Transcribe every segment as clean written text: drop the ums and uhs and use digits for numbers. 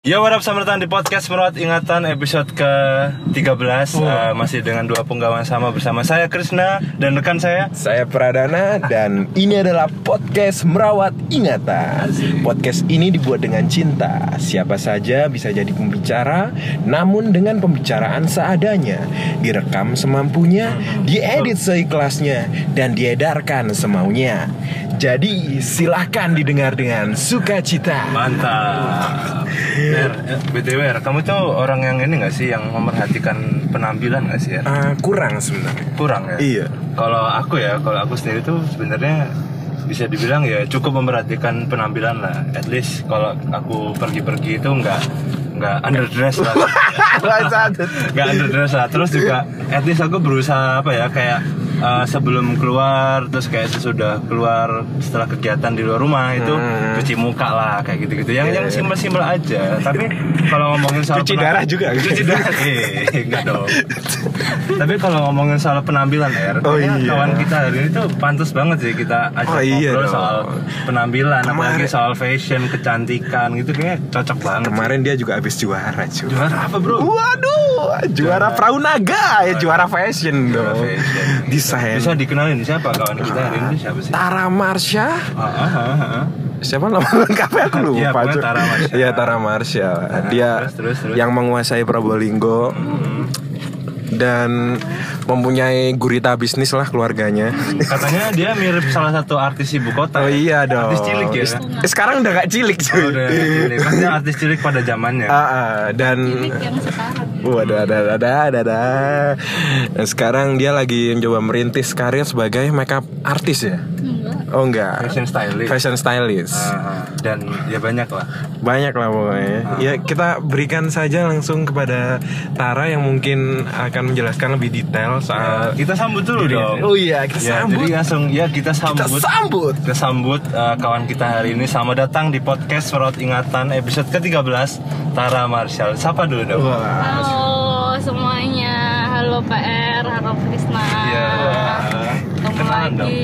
Ya, what up, selamat datang di podcast Merawat Ingatan episode ke-13. Masih dengan dua penggawa sama bersama saya Krisna dan rekan saya Pradana. Dan ini adalah podcast Merawat Ingatan. Podcast ini dibuat dengan cinta. Siapa saja bisa jadi pembicara, namun dengan pembicaraan seadanya. Direkam semampunya, diedit seikhlasnya, dan diedarkan semaunya. Jadi silahkan didengar dengan sukacita. Mantap. BTW, kamu tuh orang yang ini gak sih, yang memerhatikan penampilan gak sih? Kurang sebenarnya. Kurang ya? Iya. Kalau aku sendiri tuh sebenarnya bisa dibilang ya cukup memperhatikan penampilan lah. At least kalau aku pergi-pergi itu nggak underdress lah. Nggak underdress lah. Terus juga at least aku berusaha kayak sebelum keluar, terus kayak sesudah keluar setelah kegiatan di luar rumah itu cuci muka lah, kayak gitu-gitu. Yang simpel-simpel aja. Tapi kalau ngomongin soal cuci darah juga. Cuci darah. Enggak dong. Tapi kalau ngomongin soal penampilan, kawan kita hari ini tuh pantas banget sih kita ajak ngobrol soal penampilan, apalagi soal fashion, kecantikan gitu, kayaknya cocok banget. Kemarin dia juga habis juara, cuy. Juara apa, bro? Waduh, juara Praunaga ya, juara fashion dong. Bisa dikenalin siapa kawan kita hari ini, siapa sih? Tara Marsha. Siapa nama lengkapnya aku lupa. Iya, Tara Marsha. Dia terus. yang menguasai Probolinggo. Dan mempunyai gurita bisnis lah keluarganya. Katanya dia mirip salah satu artis ibu kota. Oh iya dong. Artis cilik ya. Sekarang udah gak cilik, cuy. Udah cilik. Maksudnya artis cilik pada zamannya. Dan cilik yang sekarang. ada. Dan sekarang dia lagi coba merintis karir sebagai makeup artis ya. Oh enggak. Fashion stylist. Dan ya banyak lah pokoknya. Ya kita berikan saja langsung kepada Tara yang mungkin akan menjelaskan lebih detail soal. Kita sambut dulu dong. Oh iya, kita sambut. Jadi langsung kita sambut kawan kita hari ini. Selamat datang di podcast Merawat Ingatan episode ke-13, Tara Marsha. Sapa dulu dong. Halo semuanya. Halo PR, halo Krisna. Iya. Ketemu lagi.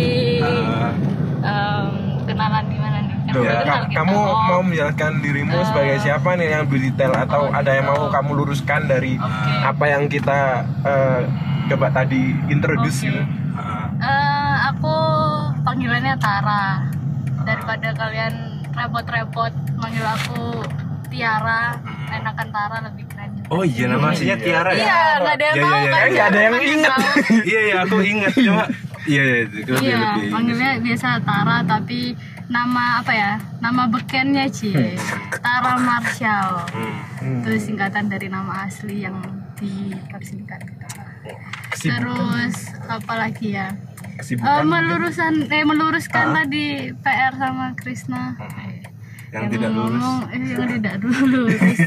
Kenalan gimana nih? Kamu mau menjelaskan dirimu sebagai siapa nih, yang lebih detail, atau ada yang mau kamu luruskan dari apa yang kita coba tadi introduce gitu? Aku panggilannya Tara. Daripada kalian repot-repot manggil aku Tiara, enakan Tara lebih keren. Oh iya, nama aslinya Tiara ya? Iya, nggak ada yang tahu kan? Nggak ada yang inget. Iya, aku inget cuma. Iya, panggilnya biasa Tara, tapi nama nama bekennya Tara Marshall. Terus singkatan dari nama asli yang dipersingkat gitu. Terus apalagi ya? Meluruskan tadi PR sama Krisna. Yang tidak lurus. Yang tidak lurus.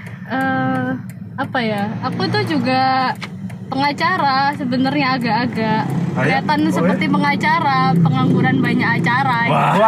Aku tuh juga pengacara sebenarnya, agak-agak kelihatan seperti pengacara, pengangguran banyak acara.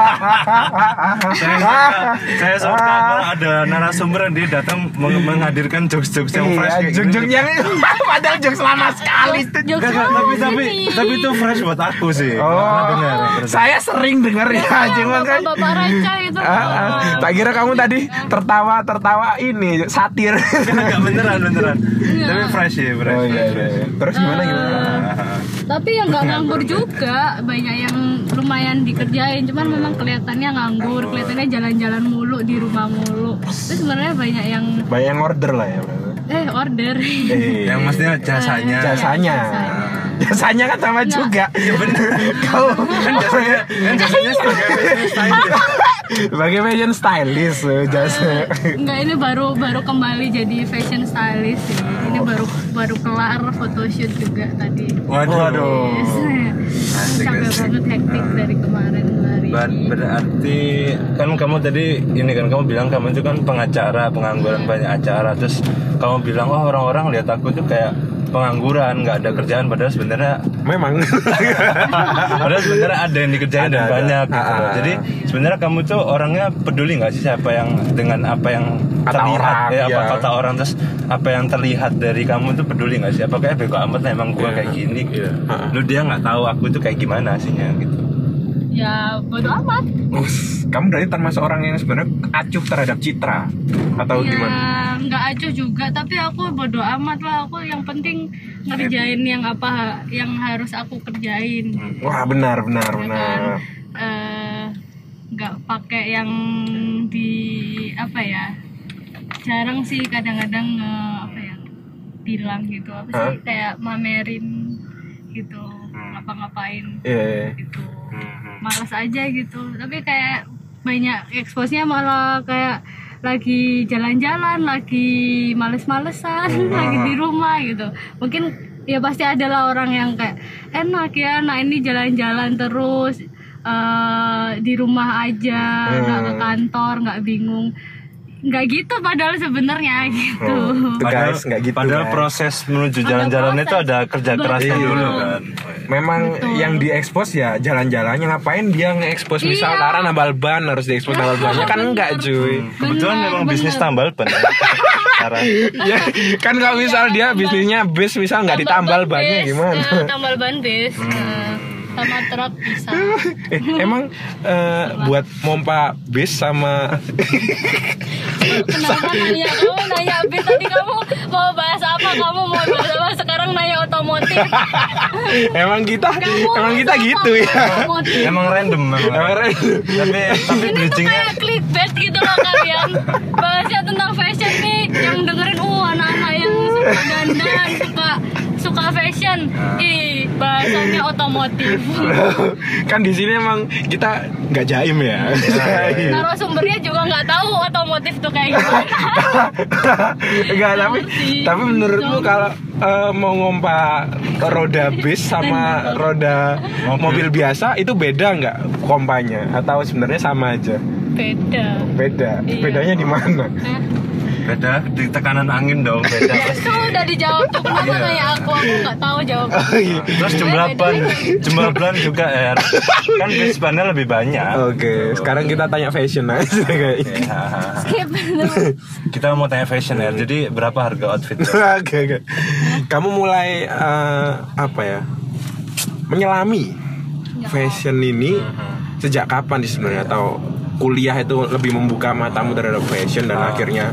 Saya suka kalau ada narasumber yang dia datang menghadirkan jokes-jokes yang fresh. Jokes yang padahal jokes lama sekali. Tapi itu fresh buat aku sih. Saya sering dengar ya, cuma kan Bapak Ranca itu. Tak kira kamu tadi tertawa ini satir. Enggak, beneran. Tapi fresh ya, fresh. Terus gimana? Tapi yang nggak nganggur juga, banyak yang lumayan dikerjain, cuman memang kelihatannya nganggur, kelihatannya jalan-jalan mulu, di rumah mulu. Terus sebenarnya banyak yang order lah ya. Order. Yang maksudnya Jasanya kan sama juga. Iya benar. Kau kan jasanya sebagai fashion stylist jasa. Enggak, ini baru kembali jadi fashion stylist ya. Ini baru kelar photoshoot juga tadi. Waduh. Capek banget, hektik dari kemarin 2 hari. Berarti kan kamu tadi kamu bilang kamu itu kan pengacara, pengangguran banyak acara. Terus kamu bilang orang-orang lihat aku tuh kayak pengangguran, nggak ada kerjaan, padahal sebenarnya ada yang dikerjain dan banyak gitu. Jadi sebenarnya kamu tuh orangnya peduli nggak sih dengan apa yang terlihat kata orang, terus apa yang terlihat dari kamu tuh peduli nggak sih? Apakah bego amat emang gua kayak gini gitu. Lu dia nggak tahu aku tuh kayak gimana aslinya gitu. ya bodo amat. Kamu berarti termasuk orang yang sebenarnya acuh terhadap citra atau Ya gimana? nggak acuh juga, tapi aku bodo amat lah. Aku yang penting ngerjain yang apa yang harus aku kerjain. Wah, benar. kan? Nggak pakai yang di apa ya, jarang sih kadang-kadang apa ya bilang gitu apa sih, kayak mamerin gitu ngapa-ngapain gitu, malas aja gitu. Tapi kayak banyak expose-nya malah kayak lagi jalan-jalan, lagi males-malesan, lagi di rumah gitu. Mungkin ya pasti adalah orang yang kayak enak ya, nah ini jalan-jalan terus di rumah aja, nggak ke kantor, nggak bingung. Nggak gitu padahal sebenarnya gitu. Guys, nggak gitu. Padahal guys. proses menuju jalan-jalan itu ada kerja kerasnya Betul. dulu kan. Memang Betul. yang diekspos ya jalan-jalannya, ngapain dia nge-expose misal Iya. Tara nambal ban harus diekspos nambal bannya kan enggak cuy. Kebetulan Bener, memang bisnis bener. tambal ban. Sekarang. Ya kan kalau misal dia bisnisnya bis misal nggak ditambal bannya bis, gimana? tambal ban bis, sama truk bisa. Emang buat mompa bis sama Kenapa nanya bis tadi, kamu mau bahas apa? Kamu mau bahas apa? Sekarang nanya otomotif. emang kita Kamu gitu apa? ya. Otomotif. Emang random memang. Emang Tapi Ini tuh bridgingnya kayak clickbait gitu loh kalian. Bahasnya tentang fashion nih, yang dengerin anak-anak yang suka dandan, suka fashion. Ih, bahasanya otomotif. kan di sini emang kita nggak jaim ya. Narasumbernya juga nggak tahu otomotif tuh kayak gimana. Enggak, tapi menurutmu kalau mau ngompa roda bis sama roda mobil biasa itu beda nggak kompanya atau sebenarnya sama aja? Beda. Beda. Bedanya di mana? Hah? beda di tekanan angin dong beda. Itu udah dijawab tuh, kenapa nanya aku nggak tahu jawab. Terus jumlah ban juga kan bis bannya lebih banyak. Oke, sekarang kita tanya fashion aja guys. Ya. Skip. Kita mau tanya fashion ya. Jadi berapa harga outfit? Oke. Kamu mulai apa ya? Menyelami fashion ini sejak kapan sih sebenarnya, atau kuliah itu lebih membuka matamu terhadap fashion dan akhirnya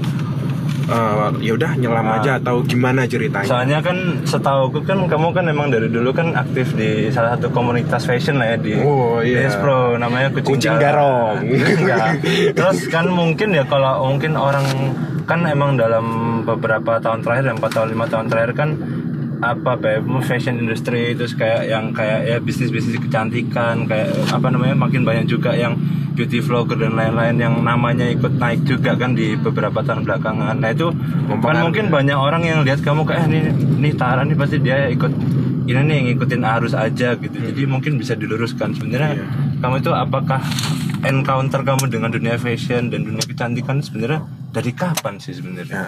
ya udah nyelam aja atau gimana ceritanya? Soalnya kan setauku kan kamu kan emang dari dulu kan aktif di salah satu komunitas fashion lah ya di Pro, namanya Kucing Garong. Ya. Terus kan mungkin ya kalau mungkin orang kan emang dalam beberapa tahun terakhir, 4 tahun 5 tahun terakhir kan fashion industry terus kayak ya bisnis kecantikan kayak makin banyak juga yang beauty vlogger dan lain-lain yang namanya ikut naik juga kan di beberapa tahun belakangan. Nah itu kan mungkin banyak orang yang lihat kamu kayak nih Tara nih pasti dia ikut ini nih ngikutin arus aja gitu. Jadi mungkin bisa diluruskan sebenarnya kamu itu apakah encounter kamu dengan dunia fashion dan dunia kecantikan sebenarnya dari kapan sih sebenarnya?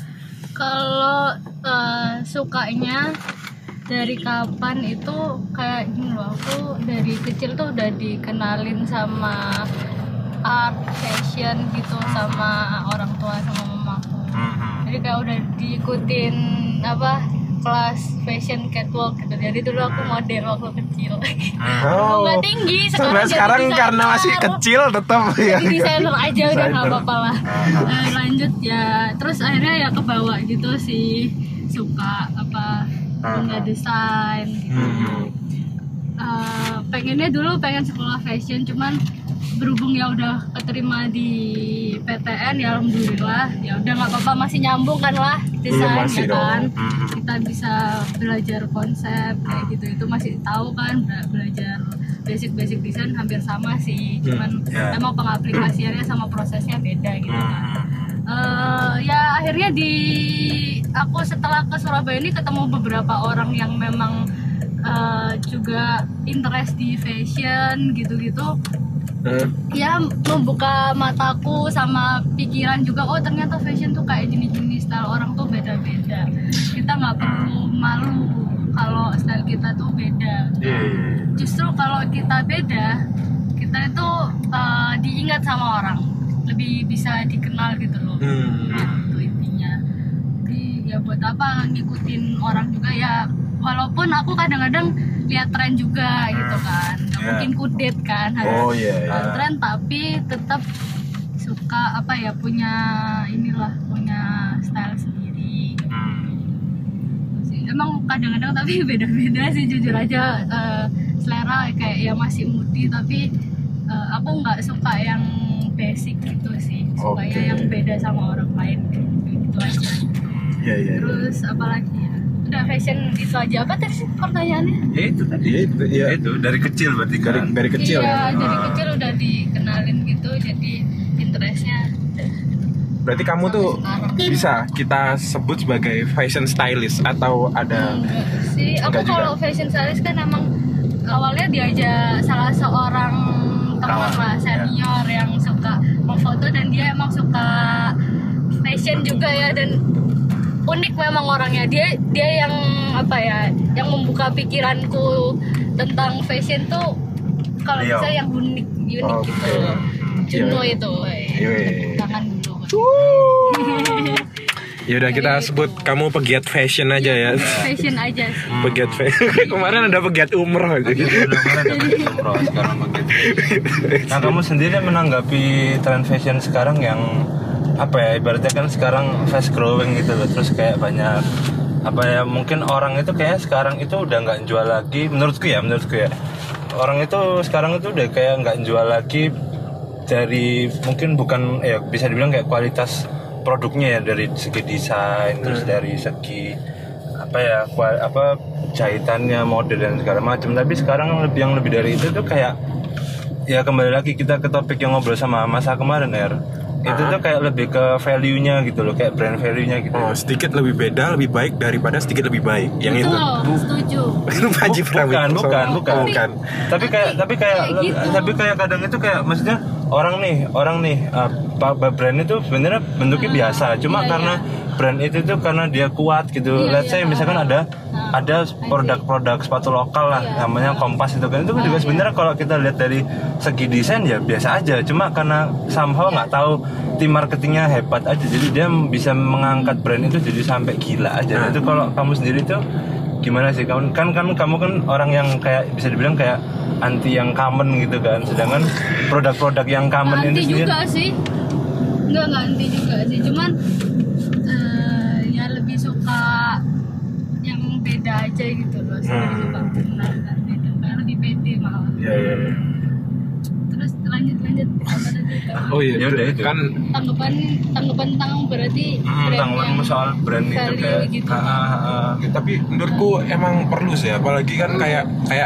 Kalau sukanya dari kapan itu kayak gini loh, aku dari kecil tuh udah dikenalin sama art fashion gitu sama orang tua sama mamaku. Jadi kayak udah diikutin kelas fashion catwalk gitu. Jadi dulu aku model waktu kecil. Nggak tinggi, sekarang karena masih kecil tetap ya. Jadi desainer aja udah nggak apa-apa lah. Lanjut ya, terus akhirnya ya kebawa gitu sih, suka dunia desain gitu. Pengennya dulu pengen sekolah fashion, cuman berhubung ya udah keterima di PTN ya alhamdulillah, ya udah nggak apa-apa, masih nyambung kan lah desain ya kan. Kita bisa belajar konsep kayak gitu, itu masih tahu kan, belajar basic desain hampir sama sih, cuman emang pengaplikasiannya sama prosesnya beda gitu kan. Ya akhirnya aku setelah ke Surabaya ini ketemu beberapa orang yang memang juga interest di fashion gitu-gitu. Ya membuka mataku sama pikiran juga, oh ternyata fashion tuh kayak gini-gini, style orang tuh beda-beda. Kita nggak perlu malu kalau style kita tuh beda. Justru kalau kita beda, kita itu diingat sama orang, lebih bisa dikenal gitu loh. Itu intinya. Jadi ya buat apa ngikutin orang juga ya, walaupun aku kadang-kadang lihat tren juga gitu kan. Nggak mungkin kudet kan, harus tren tapi tetap suka punya punya style sendiri. Emang kadang-kadang tapi beda-beda sih, jujur aja. Selera kayak ya masih mudi, tapi aku nggak suka yang basic gitu sih, sukanya yang beda sama orang lain gitu aja. Terus apalagi ya, udah fashion itu aja. Apa tadi sih pertanyaannya? Ya itu tadi. Itu dari kecil berarti kan. Dari kecil ya. Dari kecil udah dikenalin gitu, jadi interestnya. Berarti kamu tuh bisa kita sebut sebagai fashion stylist atau ada? Enggak sih, aku kalau fashion stylist kan emang awalnya diajak salah seorang teman lah, senior yang suka memfoto, dan dia emang suka fashion juga ya, dan unik memang orangnya. Dia yang yang membuka pikiranku tentang fashion tuh kalau bisa yang unik gitu. Juno itu, tangan dulu. Yaudah kita sebut kamu pegiat fashion aja ya. Fashion aja sih. Pegiat fashion. Kemarin ada pegiat umroh aja gitu. Sekarang begitu. Nah, kamu sendiri menanggapi tren fashion sekarang yang ibaratnya kan sekarang fast growing gitu loh, terus kayak banyak mungkin orang itu kayak sekarang itu udah nggak jual lagi, menurutku ya orang itu sekarang itu udah kayak nggak jual lagi dari, mungkin bukan bisa dibilang kayak kualitas produknya ya, dari segi desain, terus dari segi jahitannya, model dan segala macam. Tapi sekarang yang lebih dari itu tuh kayak ya kembali lagi kita ke topik yang ngobrol sama Masa kemarin itu tuh kayak lebih ke value-nya gitu loh, kayak brand value-nya gitu. Sedikit lebih beda, lebih baik daripada sedikit lebih baik. Yang itu. Setuju. Bukan. Tapi kayak kadang itu kayak maksudnya orang nih brand itu sebenarnya bentuknya biasa, cuma karena brand itu tuh karena dia kuat gitu. Let's say misalkan ada produk-produk sepatu lokal lah, namanya Kompas itu kan juga sebenarnya kalau kita lihat dari segi desain ya biasa aja, cuma karena somehow nggak tahu tim marketingnya hebat aja, jadi dia bisa mengangkat brand itu jadi sampai gila aja. Itu kalau kamu sendiri tuh gimana sih? Kamu kan orang yang kayak bisa dibilang kayak anti yang common gitu kan, sedangkan produk-produk yang common ini sendiri juga sih. Enggak anti juga sih, cuman ya lebih suka yang beda aja gitu loh. Suka benar kan itu, lebih pede malah. Iya. Terus lanjut apa tadi? Oh iya, udah itu kan tanggapan tentang berarti tanggapan soal brand itu kayak gitu. Tapi menurutku emang perlu sih, apalagi kan kayak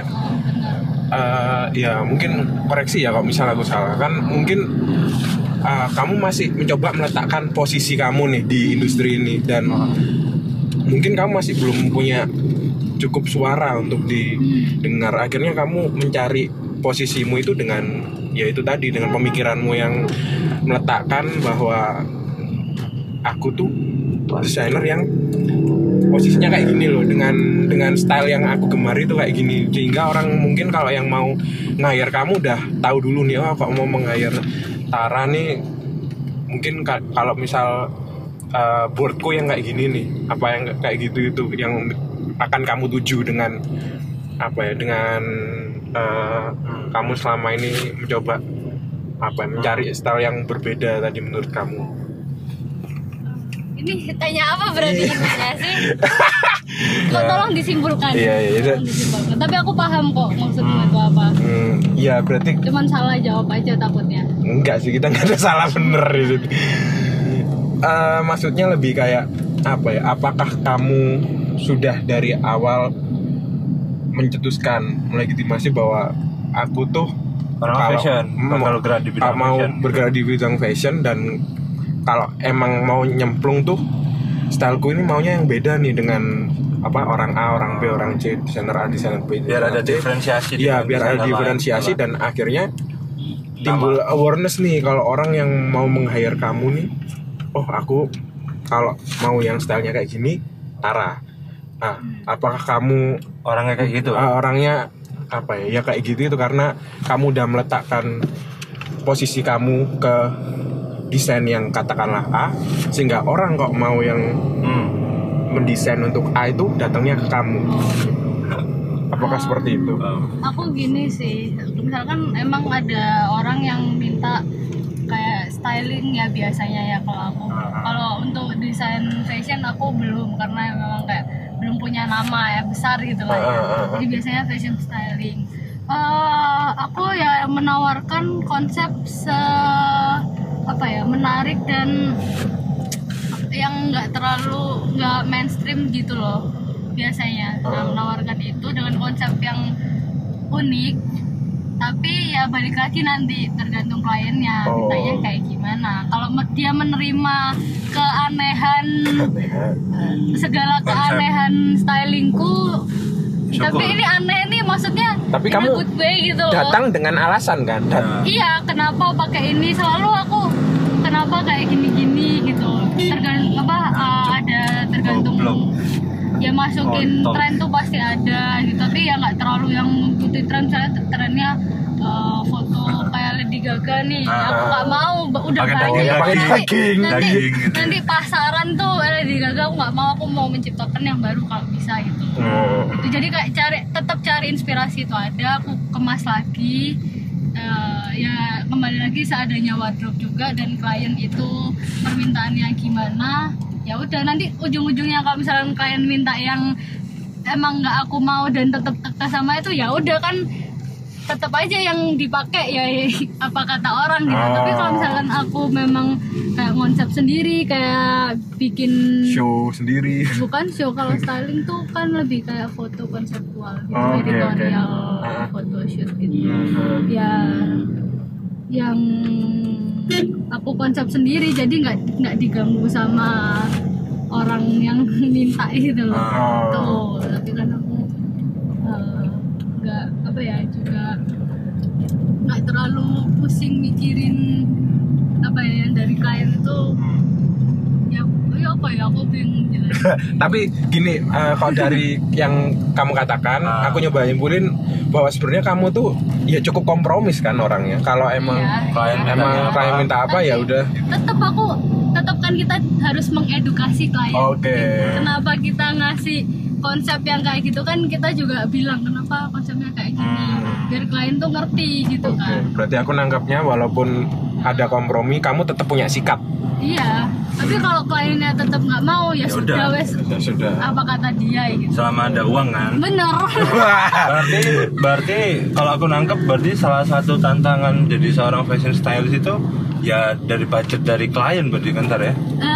ya mungkin koreksi ya kalau misalnya aku salah, kan mungkin kamu masih mencoba meletakkan posisi kamu nih di industri ini, dan mungkin kamu masih belum punya cukup suara untuk didengar. Akhirnya kamu mencari posisimu itu dengan ya itu tadi, dengan pemikiranmu yang meletakkan bahwa aku tuh desainer yang posisinya kayak gini loh, dengan style yang aku gemari itu kayak gini, sehingga orang mungkin kalau yang mau nge-hire kamu udah tahu dulu nih, kok mau meng-hire Tara nih, mungkin kalau misal boardku yang kayak gini nih, apa yang kayak gitu itu yang akan kamu tuju dengan dengan kamu selama ini mencoba mencari style yang berbeda tadi menurut kamu. Ini tanya apa berarti intinya sih? Tolong disimpulkan. Iya. Tapi aku paham kok maksudmu itu apa. Iya, berarti cuman salah jawab aja takutnya. Enggak sih, kita nggak ada salah bener di situ. Maksudnya lebih kayak apakah kamu sudah dari awal mencetuskan melegitimasi bahwa aku tuh orang fashion, mau bergerak di bidang fashion, dan kalau emang mau nyemplung tuh styleku ini maunya yang beda nih dengan orang A, orang B, orang C, desainer A, desainer B, biar ada diferensiasi. Iya, biar ada diferensiasi dan akhirnya timbul awareness nih kalau orang yang mau meng-hire kamu nih, oh aku kalau mau yang stylenya kayak gini Tara. Nah, apakah kamu orangnya kayak gitu? Orangnya ya kayak gitu itu karena kamu udah meletakkan posisi kamu ke desain yang katakanlah A, sehingga orang kok mau yang mendesain untuk A itu datangnya ke kamu. Apakah seperti itu? Aku gini sih, misalkan emang ada orang yang minta kayak styling ya biasanya ya kalau aku. Kalau untuk desain fashion aku belum, karena memang kayak belum punya nama ya besar gitu lah ya. Jadi biasanya fashion styling. Aku ya menawarkan konsep menarik dan yang nggak mainstream gitu loh biasanya. Menawarkan itu dengan konsep yang unik, tapi ya balik lagi nanti tergantung kliennya mintanya kayak gimana. Kalau dia menerima keanehan segala keanehan stylingku, tapi ini aneh nih, maksudnya tapi in a kamu good way gitu loh. datang dengan alasan kan? Iya, kenapa pakai ini, selalu aku kenapa kayak gini-gini gitu. Tergantung ya masukin tren tuh pasti ada gitu, tapi ya nggak terlalu yang mengikuti tren. Misalnya trennya foto kayak Lady Gaga nih, aku nggak mau, udah banyak nanti pasaran tuh Lady Gaga, aku nggak mau, aku mau menciptakan yang baru kalau bisa gitu. Itu jadi kayak tetap cari inspirasi itu ada, aku kemas lagi. Ya kembali lagi seadanya wardrobe juga, dan klien itu permintaannya gimana, ya udah nanti ujung-ujungnya kalau misalnya klien minta yang emang nggak aku mau dan tetap kekeh sama itu, ya udah kan tetap aja yang dipakai ya apa kata orang gitu. Tapi kalau misalkan aku memang kayak konsep sendiri, kayak bikin show sendiri, bukan show, kalau styling tuh kan lebih kayak foto konseptual gitu, editorial photoshoot gitu. Ya yang aku konsep sendiri, jadi nggak diganggu sama orang yang minta gitu loh. Tuh, tapi kan aku nggak juga nggak terlalu pusing mikirin yang dari klien itu. Aku bingung jelas. Tapi gini, kalau dari yang kamu katakan, aku nyoba nyimpulin bahwa sebenarnya kamu tuh ya cukup kompromis kan orangnya. Kalau emang klien minta apa ya udah. Tetap kan kita harus mengedukasi klien. Kenapa kita ngasih konsep yang kayak gitu kan, kita juga bilang kenapa konsepnya kayak gini, biar klien tuh ngerti gitu kan. Berarti aku nangkapnya walaupun ada kompromi, kamu tetap punya sikap. Iya, tapi kalau kliennya tetap nggak mau ya sudah wes. Apa kata dia gitu. Selama ada uang kan. Bener. berarti kalau aku nangkep, berarti salah satu tantangan jadi seorang fashion stylist itu ya dari budget dari klien berarti kan ya?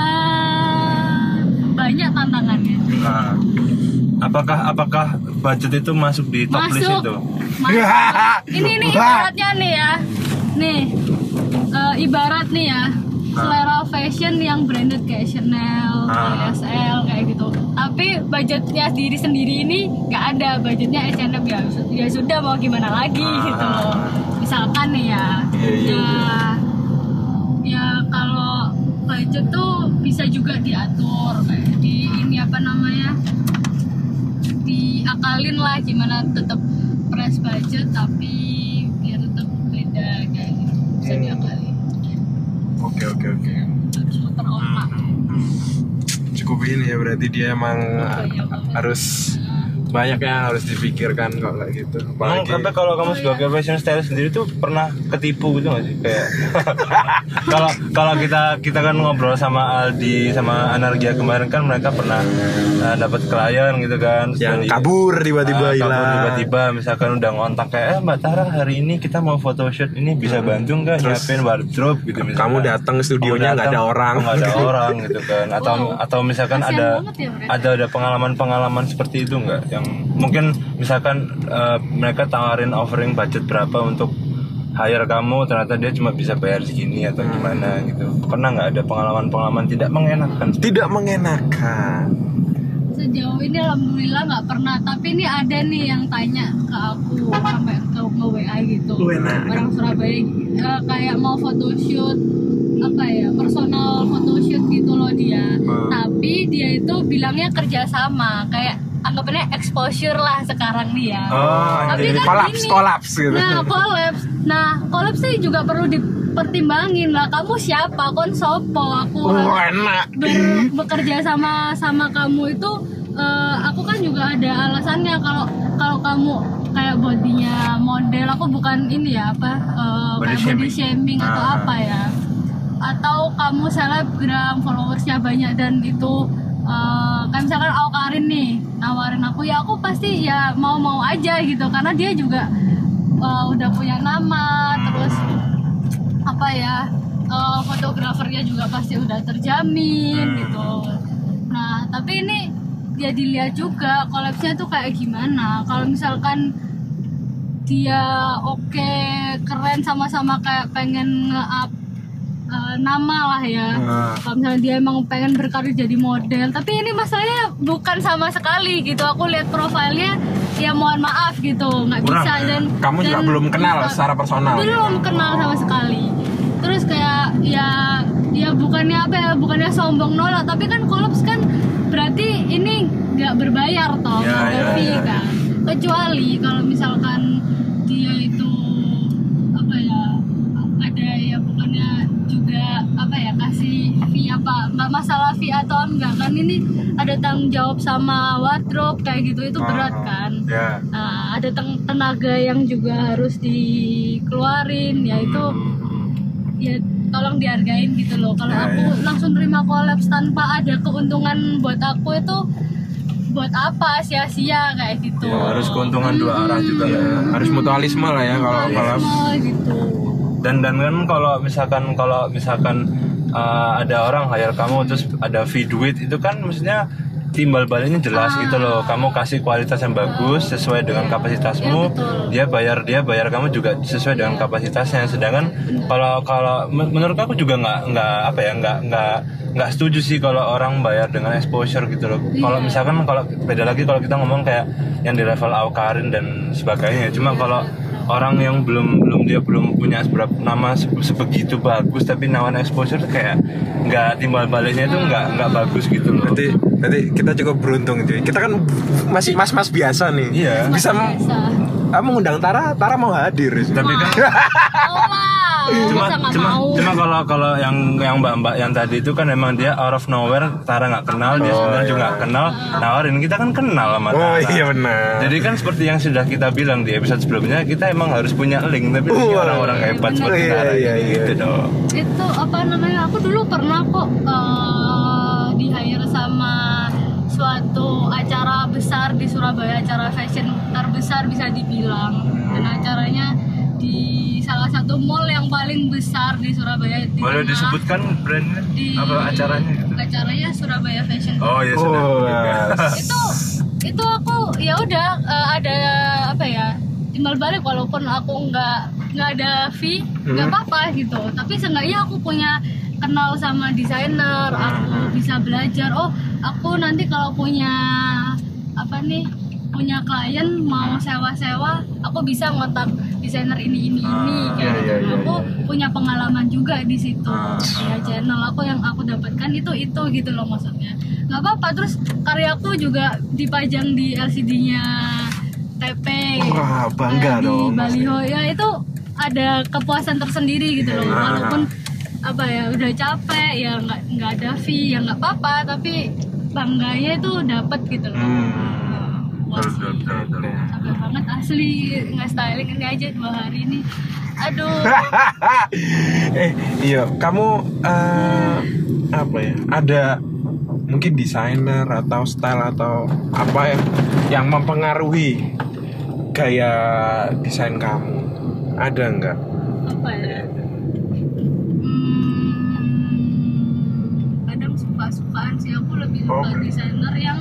Banyak tantangannya. Nah, apakah budget itu masuk di top list itu? Masuk. Ini ibaratnya nih ya. Nih, ibarat nih ya. Selera fashion yang branded kayak Chanel, YSL kayak gitu. Tapi budgetnya diri sendiri ini nggak ada, budgetnya H&M ya sudah mau gimana lagi gitu loh. Misalkan nih ya kalau budget tuh bisa juga diatur kayak diakalin lah gimana tetap price budget tapi biar tetap beda kayak gitu, bisa diakalin. Oke. Harus muter otak. Cukup ini ya, berarti dia emang harus banyak yang harus dipikirkan kok kayak gitu. Tapi kalau kamu sebagai fashion stylist sendiri tuh pernah ketipu gitu nggak sih? Kayak kalau kita kan ngobrol sama Aldi sama Anargia kemarin kan, mereka pernah dapat klien gitu kan, yang kabur tiba-tiba hilang. Tiba-tiba misalkan udah ngontak kayak Mbak Tara, hari ini kita mau photoshoot, ini bisa bantu nggak nyiapin wardrobe gitu misalkan. Kamu datang studionya nggak ada orang gitu kan, atau misalkan ada pengalaman seperti itu nggak, yang mungkin misalkan mereka tawarin offering budget berapa untuk hire kamu, ternyata dia cuma bisa bayar segini atau gimana gitu. Pernah nggak ada pengalaman tidak mengenakan? Tidak mengenakan. Sejauh ini alhamdulillah nggak pernah, tapi ini ada nih yang tanya ke aku sampai ke WA gitu. Orang Surabaya kayak mau photoshoot personal photoshoot gitu loh dia. Tapi dia itu bilangnya kerjasama, kayak anggapannya exposure lah sekarang nih ya. Tapi kan kolaps gitu. Nah, kolaps sih juga perlu pertimbangin lah, kamu siapa, kon sopo, aku enak. bekerja sama kamu itu aku kan juga ada alasannya. Kalau kamu kayak bodinya model, aku bukan ini ya kayak body shaming atau apa ya, atau kamu selebgram followersnya banyak dan itu kan misalkan Awkarin nih nawarin aku, ya aku pasti ya mau aja gitu, karena dia juga udah punya nama, terus apa ya, fotografernya juga pasti udah terjamin gitu. Nah tapi ini ya dilihat juga collabsnya tuh kayak gimana. Kalau misalkan dia oke, keren, sama-sama kayak pengen nge-up nama lah ya. Kalau misalnya dia emang pengen berkarir jadi model, tapi ini masalahnya bukan sama sekali gitu. Aku lihat profilnya, ya mohon maaf gitu, nggak bisa. Dan kamu juga belum kenal secara personal. Belum kenal sama sekali. Terus kayak ya bukannya apa ya, bukannya sombong nolak, tapi kan collabs kan berarti ini nggak berbayar toh, nggak ada fee kan. Kecuali kalau misalkan dia itu apa ya, ada ya bukannya juga apa ya kasih fee apa, nggak masalah fee atau enggak kan, ini ada tanggung jawab sama wardrobe kayak gitu, itu berat kan. Nah, ada tenaga yang juga harus dikeluarin, ya itu ya tolong dihargain gitu loh. Kalau aku langsung terima collabs tanpa ada keuntungan buat aku, itu buat apa, sia-sia kayak gitu. Harus keuntungan dua arah juga ya. Harus mutualisme lah ya kalau gitu. Dan kan kalau misalkan ada orang hire kamu terus ada fee duit, itu kan maksudnya timbal baliknya jelas gitu loh. Kamu kasih kualitas yang bagus sesuai dengan kapasitasmu, dia bayar kamu juga sesuai dengan kapasitasnya. Sedangkan kalau menurut aku juga nggak setuju sih kalau orang bayar dengan exposure gitu loh. Kalau misalkan kalau beda lagi kalau kita ngomong kayak yang di level Awkarin dan sebagainya. Cuma kalau orang yang belum punya nama sebegitu bagus tapi nawan exposure tuh kayak nggak timbal baliknya itu nggak bagus gitu loh. Berarti kita cukup beruntung itu. Kita kan masih mas-mas biasa nih. Iya. Bisa mengundang Tara mau hadir. Tapi kan cuma kalau yang mbak-mbak yang tadi itu kan emang dia out of nowhere, Tara nggak kenal, dia sebenarnya juga nggak kenal, nawarin. Kita kan kenal sama Tara. Oh iya benar. Jadi kan seperti yang sudah kita bilang di episode sebelumnya, kita emang harus punya link, tapi ini orang-orang hebat seperti Tara gitu dong. Itu apa namanya, aku dulu pernah kok di hire sama suatu acara besar di Surabaya, acara fashion terbesar bisa dibilang, dan acaranya di salah satu mall yang paling besar di Surabaya. Boleh disebutkan brandnya apa acaranya? Acaranya Surabaya Fashion. Oh ya sudah. Itu aku ya udah ada apa ya, timbal balik, walaupun aku nggak ada fee nggak apa-apa gitu, tapi seenggaknya aku punya kenal sama desainer, aku bisa belajar. Oh aku nanti kalau punya punya klien mau sewa-sewa, aku bisa ngontak desainer ini kayak gitu. Aku punya pengalaman juga di situ. Ya channel yang aku dapatkan itu gitu loh maksudnya. Nggak apa-apa. Terus karyaku juga dipajang di LCD-nya TP. Wah, bangga di dong. Baliho ya, itu ada kepuasan tersendiri gitu loh. Walaupun apa ya udah capek ya, nggak ada fee ya nggak apa-apa, tapi bangganya itu dapat gitu loh. Capek banget asli, nggak styling ini aja 2 hari ini. Aduh. Iya, kamu apa ya? Ada mungkin desainer atau style atau apa ya yang mempengaruhi gaya desain kamu? Ada nggak? Apa ya? Kadang suka-sukaan sih, aku lebih suka desainer yang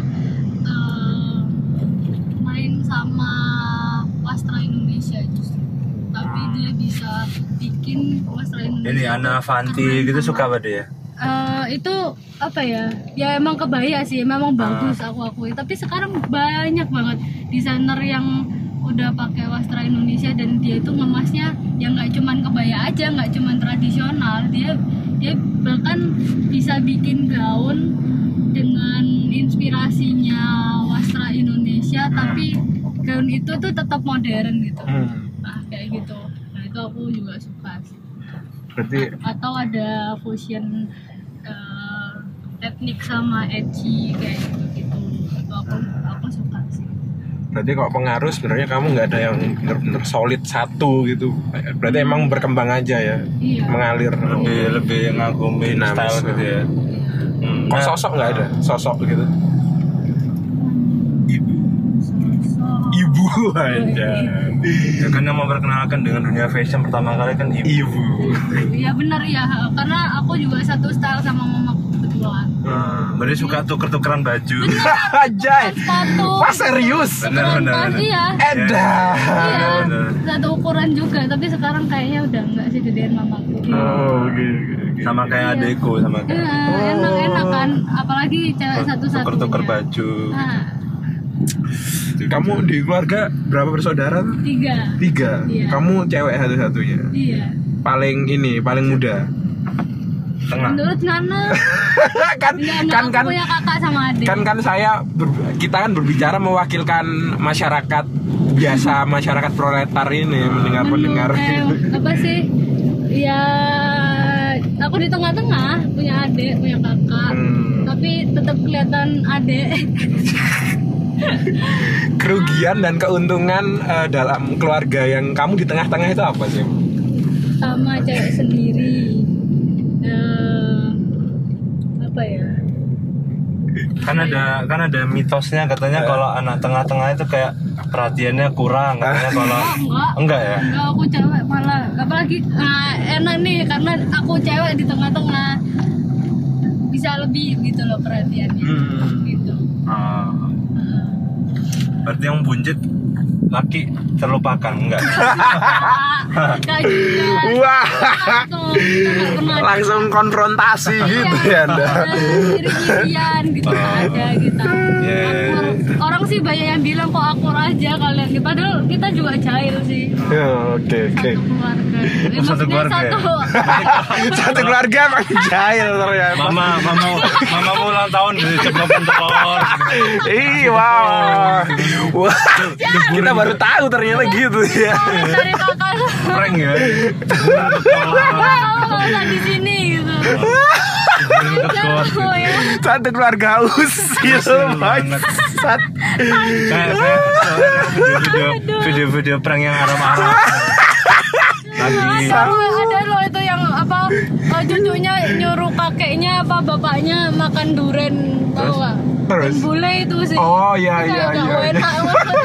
main sama wastra Indonesia justru, tapi dia bisa bikin wastra Indonesia. Ini Ana Fanti gitu suka apa dia? Itu apa ya? Ya emang kebaya sih, memang bagus aku akui. Tapi sekarang banyak banget desainer yang udah pakai wastra Indonesia dan dia itu ngemasnya ya nggak cuman kebaya aja, nggak cuman tradisional. Dia bahkan bisa bikin gaun dengan inspirasinya wastra Indonesia, tapi gaun itu tuh tetap modern gitu. Nah kayak gitu. Nah itu aku juga suka sih. Berarti atau ada fusion etnik sama edgy kayak gitu itu aku suka sih. berarti kalau pengaruh sebenarnya kamu nggak ada yang benar-benar solid satu gitu. Berarti emang berkembang aja ya, Iya. mengalir. lebih ngagumin Dinamis. style gitu ya. Kok sosok nggak ada? Sosok gitu. Ibu aja. Ya kan yang memperkenalkan dengan dunia fashion pertama kali kan ibu. Iya benar ya, karena aku juga satu style sama mamaku kebetulan. Berarti suka tuker-tukeran baju. Ajay. Sepatu. Wah serius? Benar. Iya. Edah. Iya. bener. Satu ukuran juga, tapi sekarang kayaknya udah enggak sih gedean mamaku. Oh, gitu. Sama kayak adekku sama kayak Enak kan, apalagi cewek satu-satunya. tuker-tuker baju. Nah, Kamu di keluarga berapa bersaudara? 3. 3. Iya. Kamu cewek satu-satunya. Iya. Paling muda. Tengah. Menurut Nana, kan aku punya kakak sama adik. kan kita kan berbicara mewakilkan masyarakat biasa, masyarakat proletar ini, mendengar Apa sih? Ya, aku di tengah-tengah, punya adik, punya kakak. Tapi tetap kelihatan adik. kerugian dan keuntungan dalam keluarga yang kamu di tengah-tengah itu apa sih? Sama cewek sendiri. Apa ya? Kan ada mitosnya katanya kalau anak tengah-tengah itu kayak perhatiannya kurang katanya kalau enggak ya. Enggak, aku cewek malah. Apalagi enak nih karena aku cewek di tengah-tengah. Bisa lebih gitu loh perhatiannya. Gitu. Berarti yang buncit laki terlupakan enggak? Enggak juga. Wah, Pernah langsung konfrontasi gitu ya Anda. iri-irian gitu ada kita. Akur. Orang sih banyak yang bilang kok akur aja kalian. Padahal kita juga jahil sih. Oke. Satu keluarga. Satu keluarga ya? Satu keluarga emang jahil ternyata. Mama ulang tahun diceplokkan telur. Ih, wow. Wah, kita baru tahu ternyata gitu ya. Dari kakak. Prank ya. Kakak di sini gitu. Jauh ya. Satu keluarga usil banget. bangsat. Kayak video-video prank yang haram-haram. Lagi Ada loh itu yang apa cucunya nyuruh kakeknya apa bapaknya makan duren tahu nggak? Terus? Bule itu sih. Oh, iya. Enak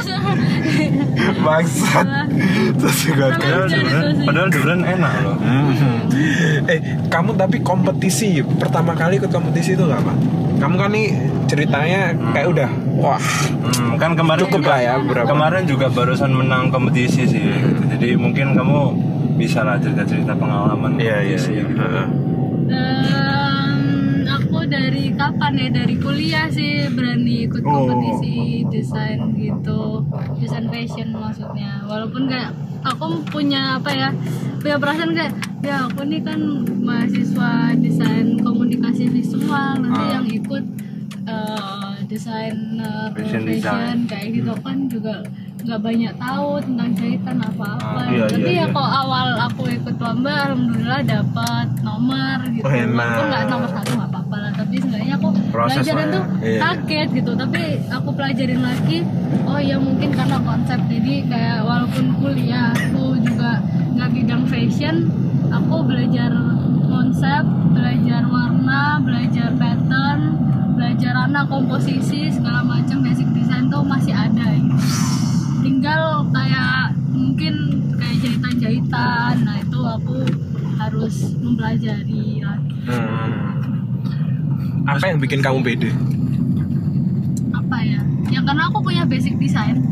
Bangsat. Terus juga padahal durian enak loh. Kamu tapi kompetisi pertama kali ikut kompetisi itu apa? Kamu kan nih ceritanya kayak udah wah. Kan kemarin Cukup juga, lah ya, berapa? Kemarin juga barusan menang kompetisi sih. Jadi mungkin kamu bisa lah cerita-cerita pengalaman kompetisi. Aku dari kapan ya, dari kuliah sih berani ikut kompetisi desain gitu, desain fashion maksudnya. Walaupun kayak aku punya punya perasaan kayak ya aku nih kan mahasiswa desain komunikasi visual, nanti yang ikut desain fashion kayak gitu kan juga nggak banyak tahu tentang jahitan apa-apa. Tapi ya kok awal aku ikut lomba alhamdulillah dapat nomor gitu. Aku nggak nomor 1 nggak apa-apa lah, tapi sebenarnya aku pelajaran tuh kaget gitu. Tapi aku pelajarin lagi, oh ya mungkin karena konsep, jadi kayak walaupun kuliah aku juga nggak bidang fashion, aku belajar konsep, belajar warna, belajar pattern, belajar warna komposisi segala macam, basic design tuh masih ada gitu. Tinggal kayak mungkin kayak jahitan-jahitan, nah itu aku harus mempelajari lagi. Apa yang bikin kamu pede? Apa ya? Ya karena aku punya basic design.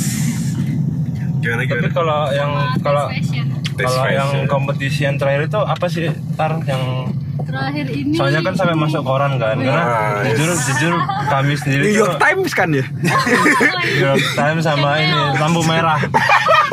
Tapi kalau yang kompetisi yang terakhir itu apa sih yang terakhir ini? Soalnya kan sampai masuk koran kan, karena jujur kami sendiri New York Times kan ya? New York Times sama ini lampu merah.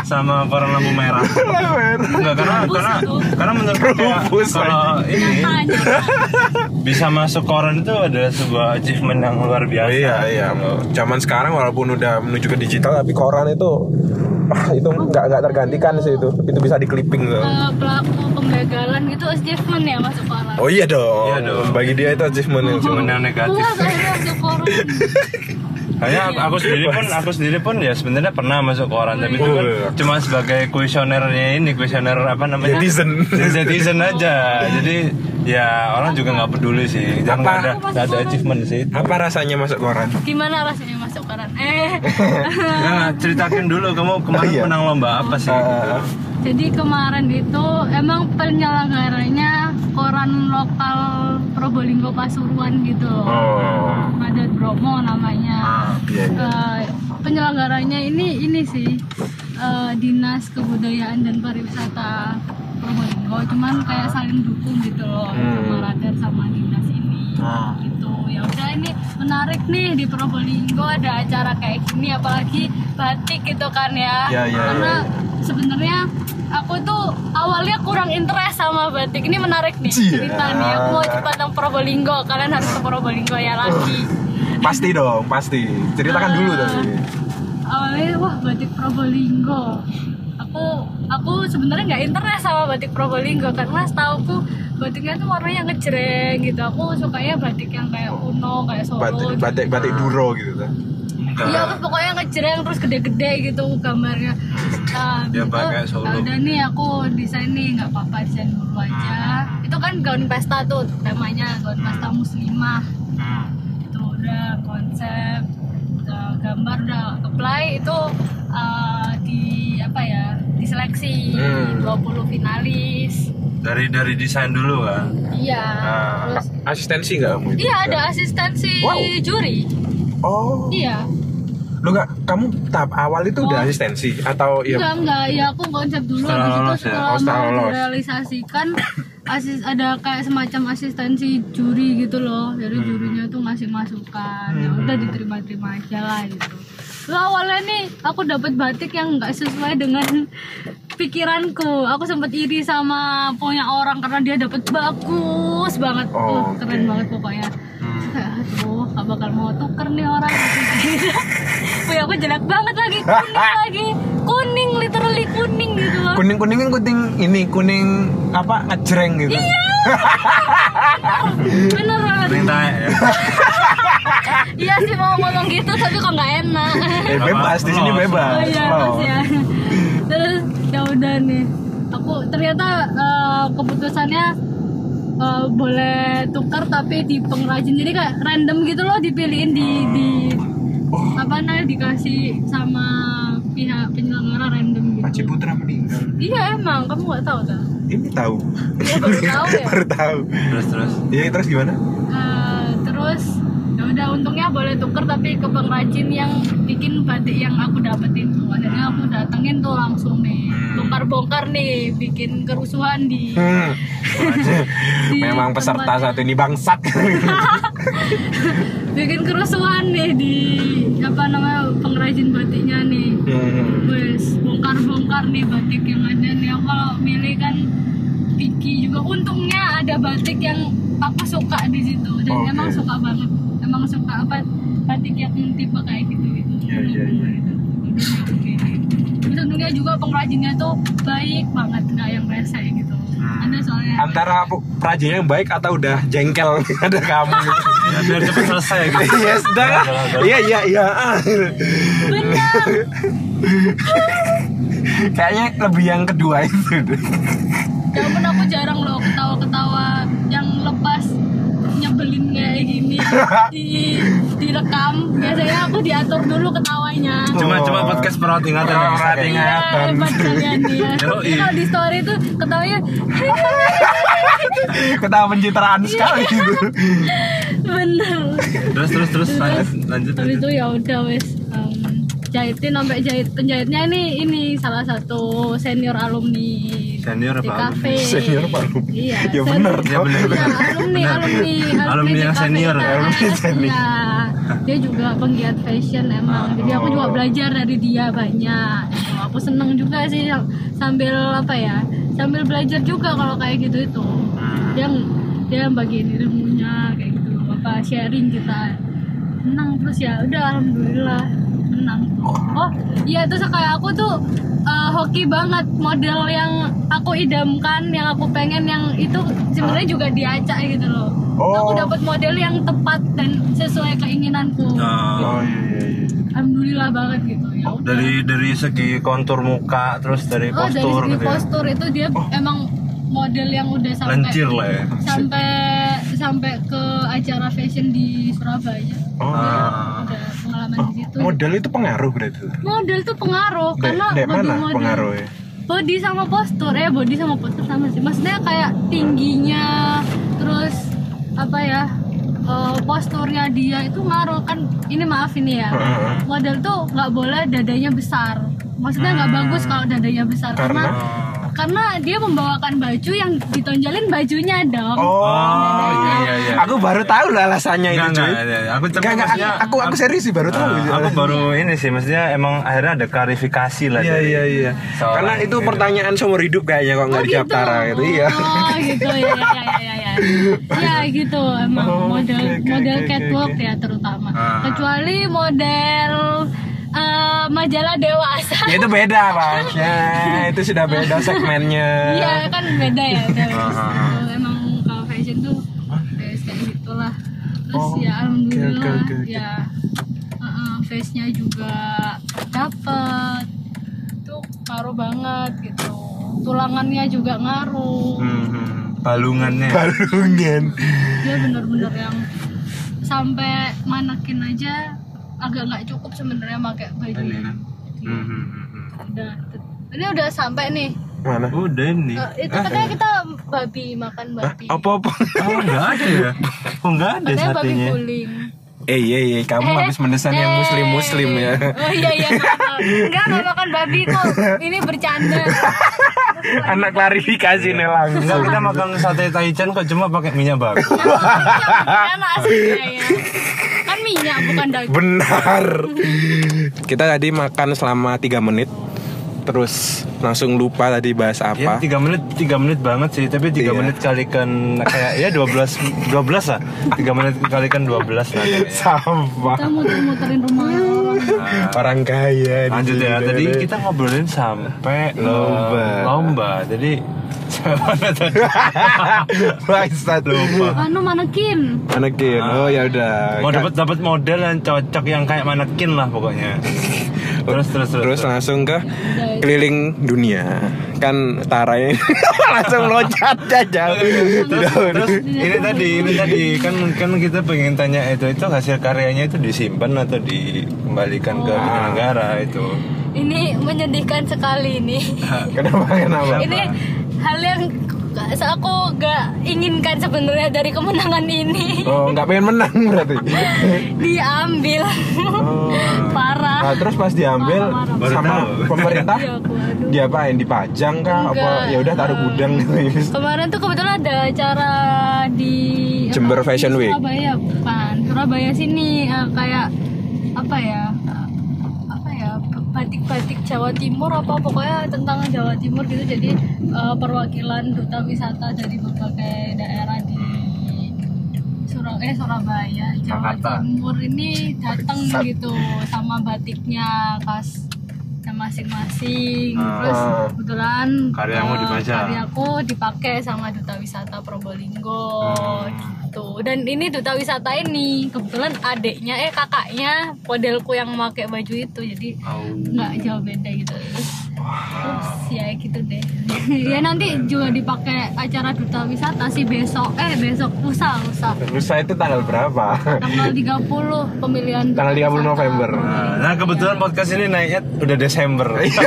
sama koran lampu merah. Enggak, karena menurutku kayak kalau ini bisa masuk koran itu adalah sebuah achievement yang luar biasa. Iya. Zaman sekarang walaupun udah menuju ke digital, tapi koran itu nggak tergantikan sih itu bisa di clipping tuh. Pelaku pembegalan gitu achievement ya masuk koran. Oh iya dong. Bagi dia itu achievement yang negatif. Wah, saya masuk koran. Kayak aku sendiri pun ya sebenarnya pernah masuk koran, tapi itu kan cuma sebagai kuesioner apa namanya? Netizen aja. Jadi ya orang juga nggak peduli sih. Nggak ada achievement sih. Apa rasanya masuk koran? Gimana rasanya masuk koran? Nah, ceritakan dulu kamu kemarin menang lomba apa sih? Jadi kemarin itu emang penyelenggaranya koran lokal Probolinggo Pasuruan gitu. Ada Bromo namanya. Penyelenggaranya ini sih Dinas Kebudayaan dan Pariwisata Probolinggo, cuman kayak saling dukung gitu loh sama Radar sama dinas ini. Gitu. Ya udah, ini menarik nih di Probolinggo ada acara kayak gini, apalagi batik gitu kan ya. Karena sebenarnya aku tuh awalnya kurang interest sama batik. Ini menarik nih cerita nih. Aku mau cepat tentang Probolinggo. Kalian harus ke Probolinggo ya lagi. Pasti dong, pasti. Ceritakan dulu tapi. Awalnya wah batik Probolinggo. Aku sebenarnya nggak interest sama batik Probolinggo karena setauku batiknya tuh warnanya ngejreng gitu. Aku sukanya batik yang kayak kuno, kayak Solo. Batik duro gitu kan. Iya, pokoknya ngejreng terus gede-gede gitu gambarnya. Ya pakai Solo. Udah nih aku desain nih, nggak apa-apa desain dulu aja. Itu kan gaun pesta tuh temanya, gaun pesta muslimah. Itu udah konsep, gambar udah apply itu diseleksi 20 finalis. Dari desain dulu kan? Iya. Terus asistensi nggak kamu? Iya, ada asistensi juri. Oh. Iya. Lo nggak, kamu tahap awal itu udah asistensi atau ya? Enggak, ya aku konsep dulu habis itu setelah mau direalisasikan ada kayak semacam asistensi juri gitu loh. Jadi jurinya tuh ngasih masukan. Ya udah diterima-terima aja lah gitu. Lo awalnya nih aku dapat batik yang nggak sesuai dengan pikiranku. Aku sempat iri sama punya orang karena dia dapat bagus banget. Keren banget pokoknya. Aduh, gak bakal mau tuker nih orang. Wih, aku jelek banget lagi, kuning, literally kuning gitu loh. Kuning apa, ngejreng gitu. Iya. Bener banget. Iya sih mau ngomong gitu tapi kok nggak enak. Bebas di sini bebas. Oh iya, ya. Terus ya udah nih, aku ternyata keputusannya boleh tukar tapi di pengrajin, jadi kayak random gitu loh, dipilihin di apa namanya, dikasih sama pihak penyelenggara random gitu. Pak Ciputra meninggal. Iya emang, kamu nggak tahu kan? Ini tahu. Ya, baru tahu ya. Baru tahu. Terus. Iya, terus gimana? Terus ya udah, untungnya boleh tuker tapi ke pengrajin yang bikin batik yang aku dapetin tuh. Akhirnya aku datengin tuh langsung nih, bongkar nih, bikin kerusuhan di memang peserta saat ini bangsat. Bikin kerusuhan nih di apa namanya, pengrajin batiknya nih. Wes bongkar nih batik yang ada nih. Aku kalau milih kan Vicky juga, untungnya ada batik yang aku suka di situ dan emang suka banget. Emang suka apa, batik yang tipe kayak gitu. Iya. Terus untungnya juga pengrajinnya tuh baik banget, nggak yang rese gitu. Ada soalnya antara perajinnya yang baik atau udah jengkel ada kamu gitu. Ya, biar cepat selesai gitu. Iya, sudah. Iya. benar. Kayaknya lebih yang kedua itu. Ya ampun, aku jarang loh ketawa-ketawa yang lepas nyebelin kayak gini direkam. Biasanya aku diatur dulu ketawanya. Cuma podcast perawat ingatan. Hebat kalian nih ya. Kalau di story tuh ketawanya ketawa pencitraan sekali gitu. bener. Terus lanjut. Habis itu ya udah wes, jahitin sampai penjahitnya ini salah satu senior alumni Senior di apa? kafe. Senior apa? Iya. Ya bener. Ya bener. Ya, alumni yang di kafe senior, ITS. alumni senior. Iya. Dia juga penggiat fashion emang. Jadi aku juga belajar dari dia banyak. Gitu. Aku seneng juga sih sambil apa ya? Sambil belajar juga kalau kayak gitu itu. Dia bagiin ilmunya kayak gitu. Apa sharing kita. Menang terus ya udah alhamdulillah menang. Oh iya terus kayak aku tuh hoki banget model yang aku idamkan, yang aku pengen yang itu sebenarnya juga diacak gitu loh. Aku dapat model yang tepat dan sesuai keinginanku. Oh iya. Alhamdulillah banget gitu ya. Udah. Dari segi kontur muka, terus dari Dari postur segi gitu ya. postur itu dia emang model yang udah sampai Lancir lah ya. sampai ke acara fashion di Surabaya. Udah pengalaman di situ. Model itu pengaruh berarti. Model tuh pengaruh karena Dari mana model pengaruhnya? body sama postur sama sih. Maksudnya kayak tingginya, terus apa ya? Posturnya dia itu ngaruh kan. Ini maaf ini ya. Model tuh nggak boleh dadanya besar. Maksudnya nggak bagus kalau dadanya besar karena dia membawakan baju yang ditonjolin bajunya dong. Iya. Aku baru tahu lah alasannya itu, cuy. Aku serius sih baru tahu. Aku baru ini sih, maksudnya emang akhirnya ada klarifikasi lah. Iya. Karena itu pertanyaan seumur hidup kayaknya kok nggak dijawab Tara gitu. Iya. Oh gitu ya. Ya gitu emang model catwalk ya terutama. Kecuali model majalah dewasa. Ya itu beda, Mas. Ya, itu sudah beda segmennya. Iya kan beda ya. Emang kalau fashion tuh kayak gitulah. Terus ya alhamdulillah ya face-nya juga dapet. Tuh ngaruh banget gitu. Tulangannya juga ngaruh. Balungan. Dia bener-bener yang sampai manekin aja agak nggak cukup sebenarnya pakai baju ini. Ini udah sampai nih. Mana? Udah ini. Itu katanya kita makan babi. Apa? Oh enggak ada ya? Oh enggak ada Katanya babi satenya. guling. Iya, kamu habis mendesan yang muslim ya. Oh iya. Enggak makan babi kok. Ini bercanda. Anak klarifikasi nih langsung. Enggak, kita makan sate taichan kok cuma pakai minyak babi. Enak sebenarnya. Kan minyak bukan daging. Benar. Kita tadi makan selama 3 menit. Terus langsung lupa tadi bahas Ya, apa. 3 menit banget sih, tapi 3 menit kalikan kayak ya 12 lah. 3 menit kalikan 12 lah. Sampah. Kita muter-muterin rumah orang. Orang kaya. Lanjut ya, tadi kita ngobrolin sampai lomba. Jadi mana tadi? Bangsat lupa. Manekin. Manekin. Oh ya udah. Mau dapat model yang cocok yang kayak manekin lah pokoknya. Terus langsung ke keliling dunia. Kan Tara ini langsung loncat aja. Terus ini tadi kan kita pengen tanya itu hasil karyanya itu disimpan atau dikembalikan ke negara itu. Ini menyedihkan sekali nih. Kenapa? Ini hal yang aku gak inginkan sebenarnya dari kemenangan ini. Oh, nggak pengen menang berarti. Diambil. Parah. Nah, terus pas diambil Parah. sama pemerintah Ya, aduh. diapain? Dipajang kah? Apa ya udah taruh gudang gitu. Kemarin tuh kebetulan ada acara di Jember Fashion Week. Surabaya bukan. Surabaya sini kayak apa ya? Batik-batik Jawa Timur apa pokoknya tentang Jawa Timur gitu. Jadi perwakilan duta wisata dari berbagai daerah di Surabaya, Jawa Timur ini datang gitu sama batiknya khasnya masing-masing. Terus kebetulan karyaku dipakai sama duta wisata Probolinggo gitu. Dan ini duta wisata ini kebetulan kakaknya modelku yang pakai baju itu, jadi nggak jauh beda gitu. Terus ya gitu deh. Ya nanti juga dipakai acara duta wisata sih besok lusa itu tanggal berapa? tanggal 30 pemilihan Tanggal 30 November. Nah kebetulan podcast ini naiknya udah Desember. Ya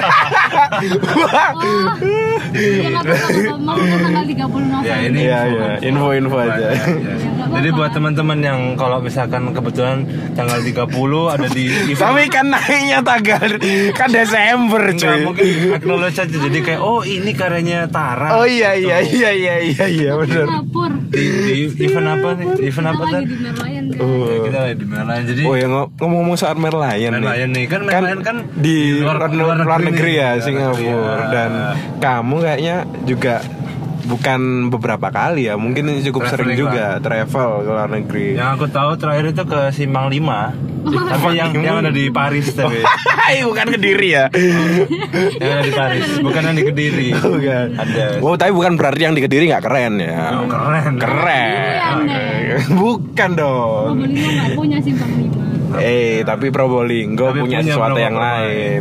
nggak apa-apa, mau tanggal 30 November. Ya ini Iya, info aja. Ya nggak Jadi buat teman-teman yang kalau misalkan kebetulan tanggal 30 ada di Tapi kan naiknya tanggal kan Desember Enggak, cuy. mungkin acknowledge aja. Jadi kayak oh ini karyanya Tara. Oh iya benar. Singapura. Di event apa nih? Event apa Kita tuh? lagi di Merlion kan. Ya, kita lagi di Merlion. Jadi Oh ya ngomong-ngomong soal Merlion Merlion nih kan Merlion kan di luar negeri nih. ya Luar Singapura negeri, ya. dan kamu kayaknya juga bukan beberapa kali ya, mungkin cukup sering Traveling juga travel ke luar negeri. Yang aku tahu terakhir itu ke Simpang 5. Tapi yang ada di Paris tapi. Bukan Kediri ya. Yang ada di Paris, bukan yang di Kediri. Bukan. Ada. Oh, tapi bukan berarti yang di Kediri nggak keren ya. Oh, keren. Keren. Bukan dong. Probolinggo nggak punya simpang 5. Tapi Probolinggo Tapi punya punya sesuatu Bromo yang Permai. lain.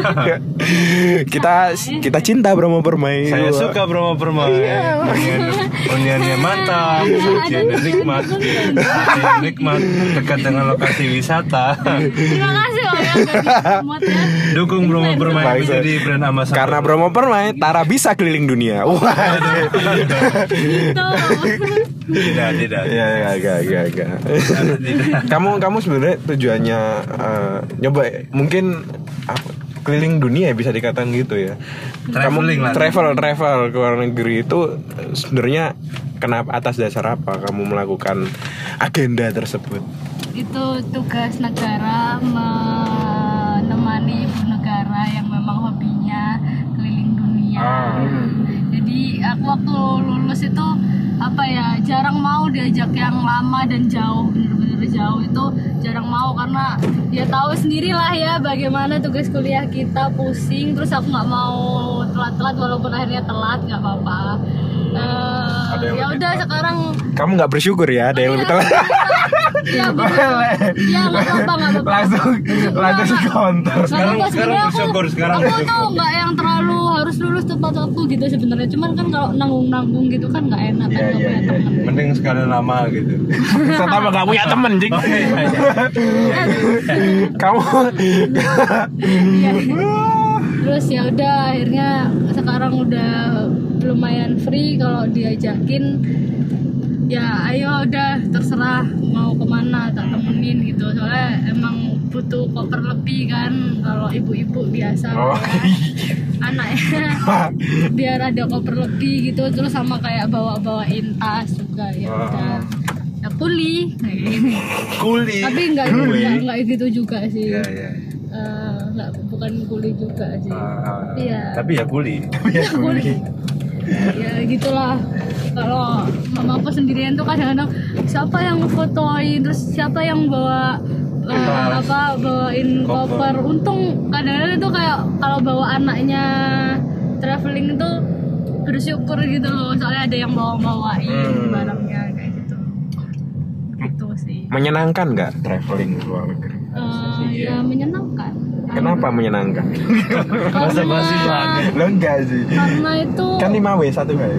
kita cinta Bromo Permai. Saya suka Bromo Permai. Unyannya mantap, sajiannya nikmat, sajiannya nikmat, dekat dengan lokasi wisata. Terima kasih loh ya udah dipromote ya. Dukung Bromo Permai Baik, jadi brand ambassador. Karena Bromo Permai, Tara bisa keliling dunia. Wah. Tuh. Tidak. Ya, agak. Kamu sebenarnya tujuannya nyoba mungkin keliling dunia ya, bisa dikatakan gitu ya. Traveling lah. Travel ke luar negeri itu sebenarnya kenapa, atas dasar apa kamu melakukan agenda tersebut? Itu tugas negara menemani ibu negara yang memang hobinya keliling dunia. Jadi aku waktu lulus itu jarang mau diajak yang lama dan jauh, bener-bener jauh itu jarang mau karena ya tahu sendirilah ya bagaimana tugas kuliah kita pusing, terus aku nggak mau telat-telat walaupun akhirnya telat nggak apa-apa. Ya udah sekarang Kamu nggak bersyukur ya ada yang lebih telat? ya bener. Ya nggak apa-apa. langsung counter. Sekarang bersyukur, sekarang aku bersyukur. tuh nggak yang terlalu harus lulus tepat waktu gitu sebenarnya, cuman kan kalau nanggung gitu kan nggak enak kan nggak punya teman. Mending sekali lama gitu. Sama nggak punya temen jing. Kamu Iya. Terus ya udah akhirnya sekarang udah lumayan free, kalau diajakin ya ayo udah terserah mau kemana tak temenin gitu, soalnya emang butuh koper lebih kan kalau ibu-ibu biasa anaknya biar ada koper lebih gitu, terus sama kayak bawain tas juga ya udah ya kuli tapi enggak gitu juga sih. Enggak, bukan kuli juga sih. Tapi ya kuli. Kuli. Ya gitulah. Kalau mamaku sendirian tuh kadang-kadang siapa yang fotoin, terus siapa yang bawa bawain koper. Untung kadang-kadang itu kayak kalau bawa anaknya traveling itu bersyukur gitu loh, soalnya ada yang bawain barangnya kayak gitu. Gitu sih. menyenangkan nggak traveling ke luar negeri? Ya menyenangkan. Kenapa menyenangkan? Masa basi banget. Lo enggak sih. Karena itu Kan 5W 1 kali.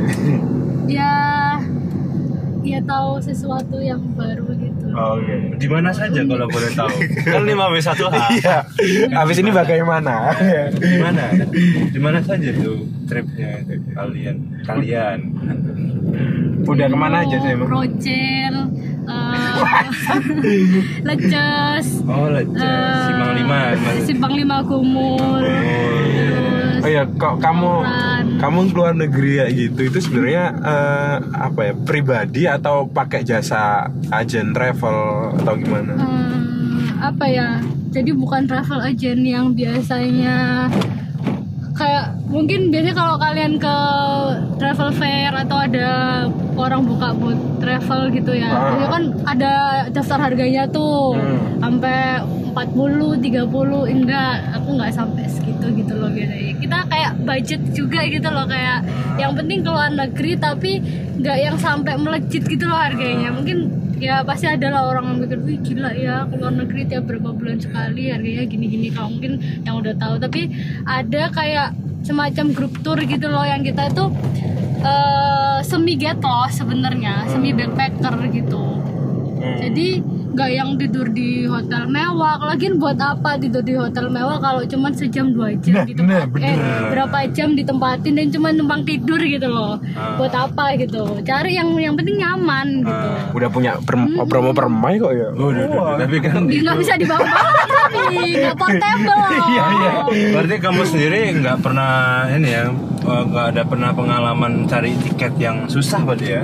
ya tahu sesuatu yang baru gitu. Oke. Di mana saja kalau boleh tahu? Kan 5W1H. Iya. Habis ini bagaimana? Di mana saja tuh tripnya kalian? Udah kemana aja sih emang? Rocel, Leces. Oh, Leces. Simpang 5 Gumul. Oh iya, kok kamu keluar negeri ya gitu, itu sebenarnya pribadi atau pakai jasa agen travel atau gimana? Jadi bukan travel agent yang biasanya kayak mungkin biasanya kalau kalian ke travel fair atau ada orang buka buat travel gitu ya, itu kan ada daftar harganya tuh sampai 40, 30, enggak, aku nggak sampai segitu gitu loh biasanya. Kita kayak budget juga gitu loh, kayak yang penting keluar negeri tapi nggak yang sampai melejit gitu loh harganya. Mungkin ya pasti ada lah orang yang mikir, wih gila ya keluar negeri tiap berapa bulan sekali harganya gini-gini, kalau mungkin yang udah tahu. Tapi ada kayak semacam grup tour gitu loh yang kita itu semi get lost sebenarnya, semi backpacker gitu. Jadi nggak yang tidur di hotel mewah. Lagian buat apa tidur di hotel mewah kalau cuman sejam 2 jam ditempatin, berapa jam ditempatin dan cuman numpang tidur gitu loh. Buat apa gitu? Cari yang penting nyaman gitu. Udah punya promo permai kok ya. Tapi kan Nggak bisa dibawa tapi nggak portable. Iya. berarti kamu sendiri nggak pernah ini ya, nggak ada pernah pengalaman cari tiket yang susah berarti ya?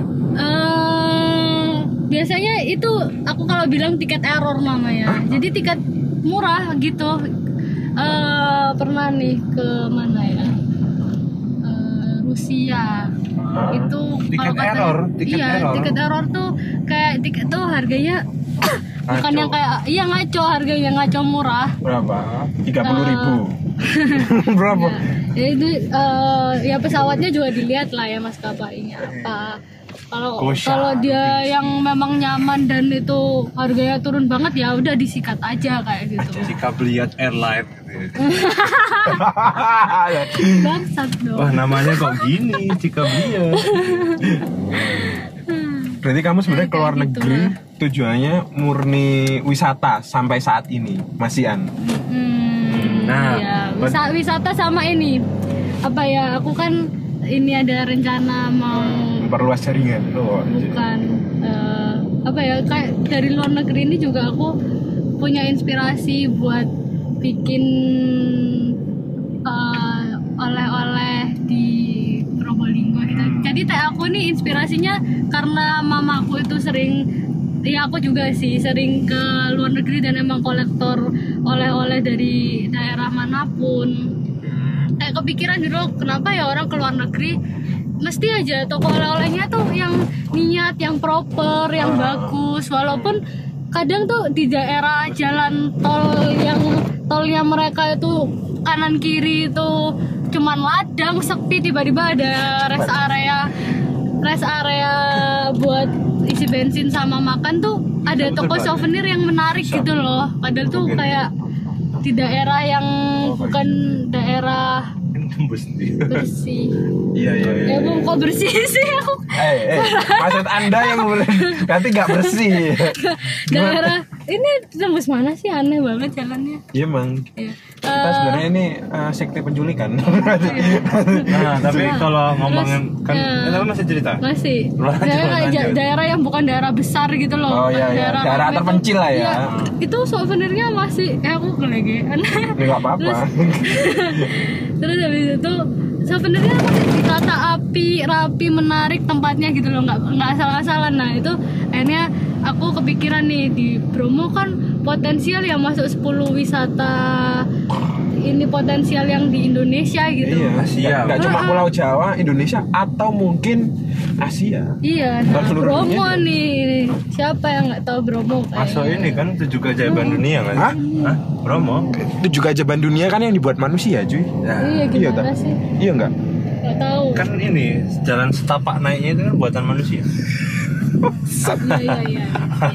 Biasanya itu aku kalau bilang tiket error namanya. Jadi tiket murah gitu. Pernah nih ke mana ya? Rusia. Itu Tiket kalau error, tiket iya, error. tiket error tuh kayak tiket tuh harganya bukan yang kayak ngaco, harganya ngaco murah. Berapa? 30.000. Berapa? Ya itu ya pesawatnya juga dilihat lah ya maskapainya apa. Kalau dia yang memang nyaman dan itu harganya turun banget ya udah disikat aja kayak gitu. Jika Bliat Airline Bangsat dong. wah namanya kok gini, Jika Bliat. Berarti kamu sebenarnya keluar Kayak gitu negeri lah. tujuannya murni wisata sampai saat ini masihan. Nah, Ya, wisata sama ini. Apa ya? Aku kan ini ada rencana mau Memperluas jaringan. bukan apa ya, kayak dari luar negeri ini juga aku punya inspirasi buat bikin oleh-oleh di Probolinggo gitu. Jadi aku nih inspirasinya karena mamaku itu sering, ya aku juga sih sering ke luar negeri dan emang kolektor oleh-oleh dari daerah manapun. Kayak kepikiran gitu loh, kenapa ya orang ke luar negeri mesti aja toko oleh-olehnya tuh yang niat, yang proper, yang bagus. Walaupun kadang tuh di daerah jalan tol yang tolnya mereka itu kanan kiri itu cuman ladang sepi, tiba-tiba ada rest area buat isi bensin sama makan tuh ada toko souvenir yang menarik gitu loh. Padahal tuh kayak di daerah yang bukan daerah tembus sendiri. bersih. Iya. Ya belum kok bersih sih aku. Maksud Anda yang nanti nggak bersih. Daerah ini tembus mana sih, aneh banget jalannya. Iya emang. Ya. Kita sebenarnya ini sekte penculikan. Nah, tapi kalau ngomongin kan tapi masih cerita. Masih Lanjut, lanjut. daerah yang bukan daerah besar gitu loh. Oh iya, iya. Daerah ramai terpencil lah ya. Iya, itu souvenirnya masih aku kelegean. Nggak apa-apa. Terus habis itu souvenirnya masih ditata rapi, menarik tempatnya gitu loh, nggak asal-asalan. Nah itu akhirnya aku kepikiran nih, di Bromo kan potensial yang masuk 10 wisata ini potensial yang di Indonesia gitu. Iya, Asia. nggak cuma Pulau Jawa, Indonesia atau mungkin Asia. Iya, nah seluruh Bromo dunia. nih, siapa yang nggak tahu Bromo kayaknya. Masuk ini kan itu juga keajaiban dunia kan? Hah? Hah? Bromo? Itu juga keajaiban dunia kan yang dibuat manusia, cuy. Nah, Iya gimana tak? sih? Iya nggak? Nggak tahu. kan ini jalan setapak naiknya itu kan buatan manusia. Iya.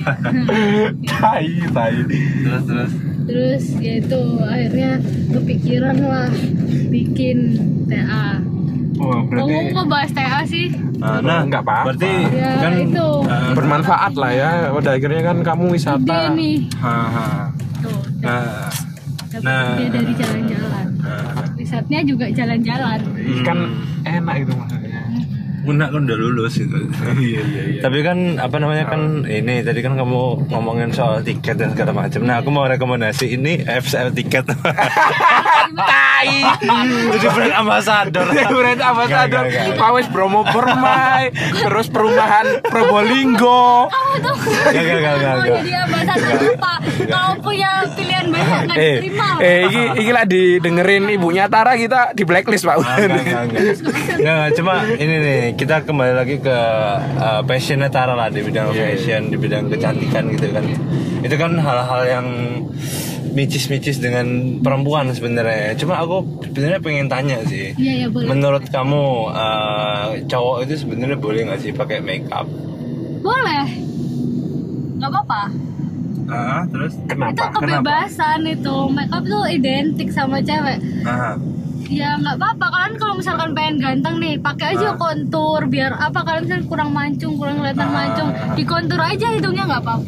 Tai. Terus Terus ya itu akhirnya kepikiran lah bikin TA. Oh, Kamu kok bahas TA sih? nah nggak apa-apa. berarti Ya, kan itu. Bermanfaat lah ya. Udah akhirnya kan kamu Ide wisata. nih. Tuh. nah Dapat ide dari jalan-jalan. Risetnya juga jalan-jalan. Kan enak itu maksudnya. Guna kan udah lulus gitu. Iya. Tapi kan apa namanya kan ini tadi kan kamu ngomongin soal tiket dan segala macam. Nah, aku mau rekomendasi ini FSL tiket. Tai. Jadi brand ambassador. Brand ambassador. Gak. Pawes Bromo Permai, terus perumahan Probolinggo. Kamu tuh mau jadi ambasador lupa. Kalau punya pilihan banyak nggak diterima. Iki lah didengerin ibunya Tara, kita di blacklist Pak. Enggak, cuma ini nih kita kembali lagi ke passionnya Tara lah di bidang fashion, di bidang kecantikan gitu kan. Itu kan hal-hal yang micis-micis dengan perempuan sebenarnya. Cuma aku sebenarnya pengen tanya sih. Iya, boleh. Menurut kamu cowok itu sebenarnya boleh nggak sih pakai make up? Boleh. Nggak apa-apa. Terus Itu Kenapa? kebebasan itu. Makeup tuh identik sama cewek. Ya nggak apa-apa, kalian kalau misalkan pengen ganteng nih pakai aja kontur, biar apa, kalian misalkan kurang mancung, kurang kelihatan mancung, dikontur aja hidungnya nggak apa-apa.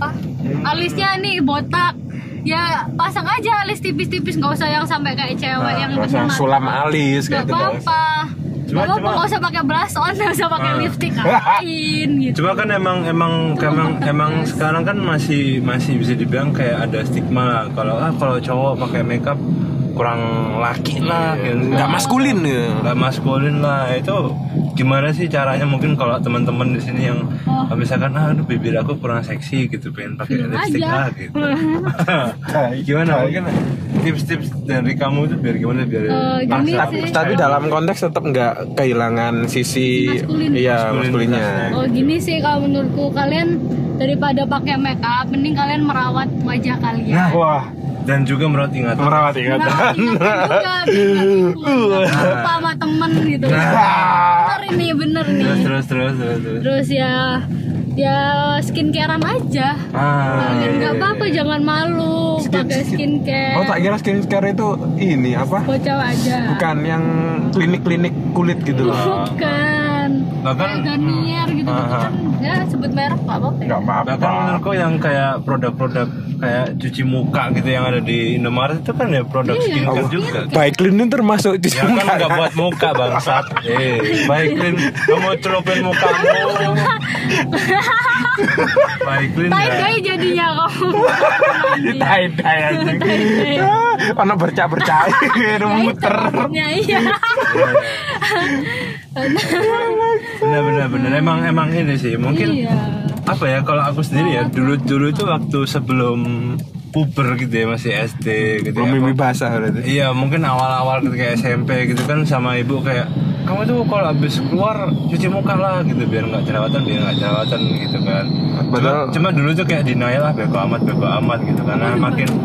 alisnya nih botak. Ya pasang aja alis tipis-tipis, nggak usah yang sampai kayak cewek yang nggak usah sulam alis nggak kayak gitu. apa-apa. Nggak usah pakai blush on, nggak usah pakai lipstick, ngapain gitu. Cuma kan emang sekarang kan masih bisa dibilang kayak ada stigma lah. Kalau cowok pakai makeup kurang laki lah, gitu. Nggak maskulin ya. Nggak maskulin lah. Itu gimana sih caranya? Mungkin kalau teman-teman di sini yang misalkan aduh bibir aku kurang seksi gitu, pengen pakai lipstick lah gitu. Gimana? Mungkin tips-tips dari kamu tuh biar gimana biar tapi dalam konteks tetap nggak kehilangan sisi maskulinnya. Oh gini sih kalau menurutku, kalian daripada pakai makeup mending kalian merawat wajah kalian. Wah. Dan juga merawat ingatan. Juga lupa sama temen gitu. Bener nih. Terus ya skincarean aja. Kalian nggak apa-apa, jangan malu pakai skincare. Oh tak kira skincare itu ini apa? Bocah aja. Bukan yang klinik kulit gitu loh. Bukan. Kayak Garnier gitu kan. Ya sebut merek nggak apa-apa. Nggak apa-apa. Bahkan menurutku yang kayak produk-produk kayak cuci muka gitu yang ada di Indomaret itu kan ya produk skincare juga. Baiklin itu termasuk cuci Ya muka. kan nggak buat muka bangsat. Baiklin kamu celupin mukamu. Baiklin ya. Tai-dai jadinya kamu. Tai-dai anjing. Ono bercak-bercak muter. Ya iya. Bener. Emang ini sih mungkin apa ya, kalau aku sendiri ya dulu itu waktu sebelum puber gitu ya, masih SD gitu. Belum mimpi basah berarti. Iya, mungkin awal-awal ketika SMP gitu kan sama ibu kayak kamu tuh kalau habis keluar cuci muka lah gitu biar nggak jerawatan gitu kan. Cuma dulu tuh kayak denial lah, bego amat gitu, karena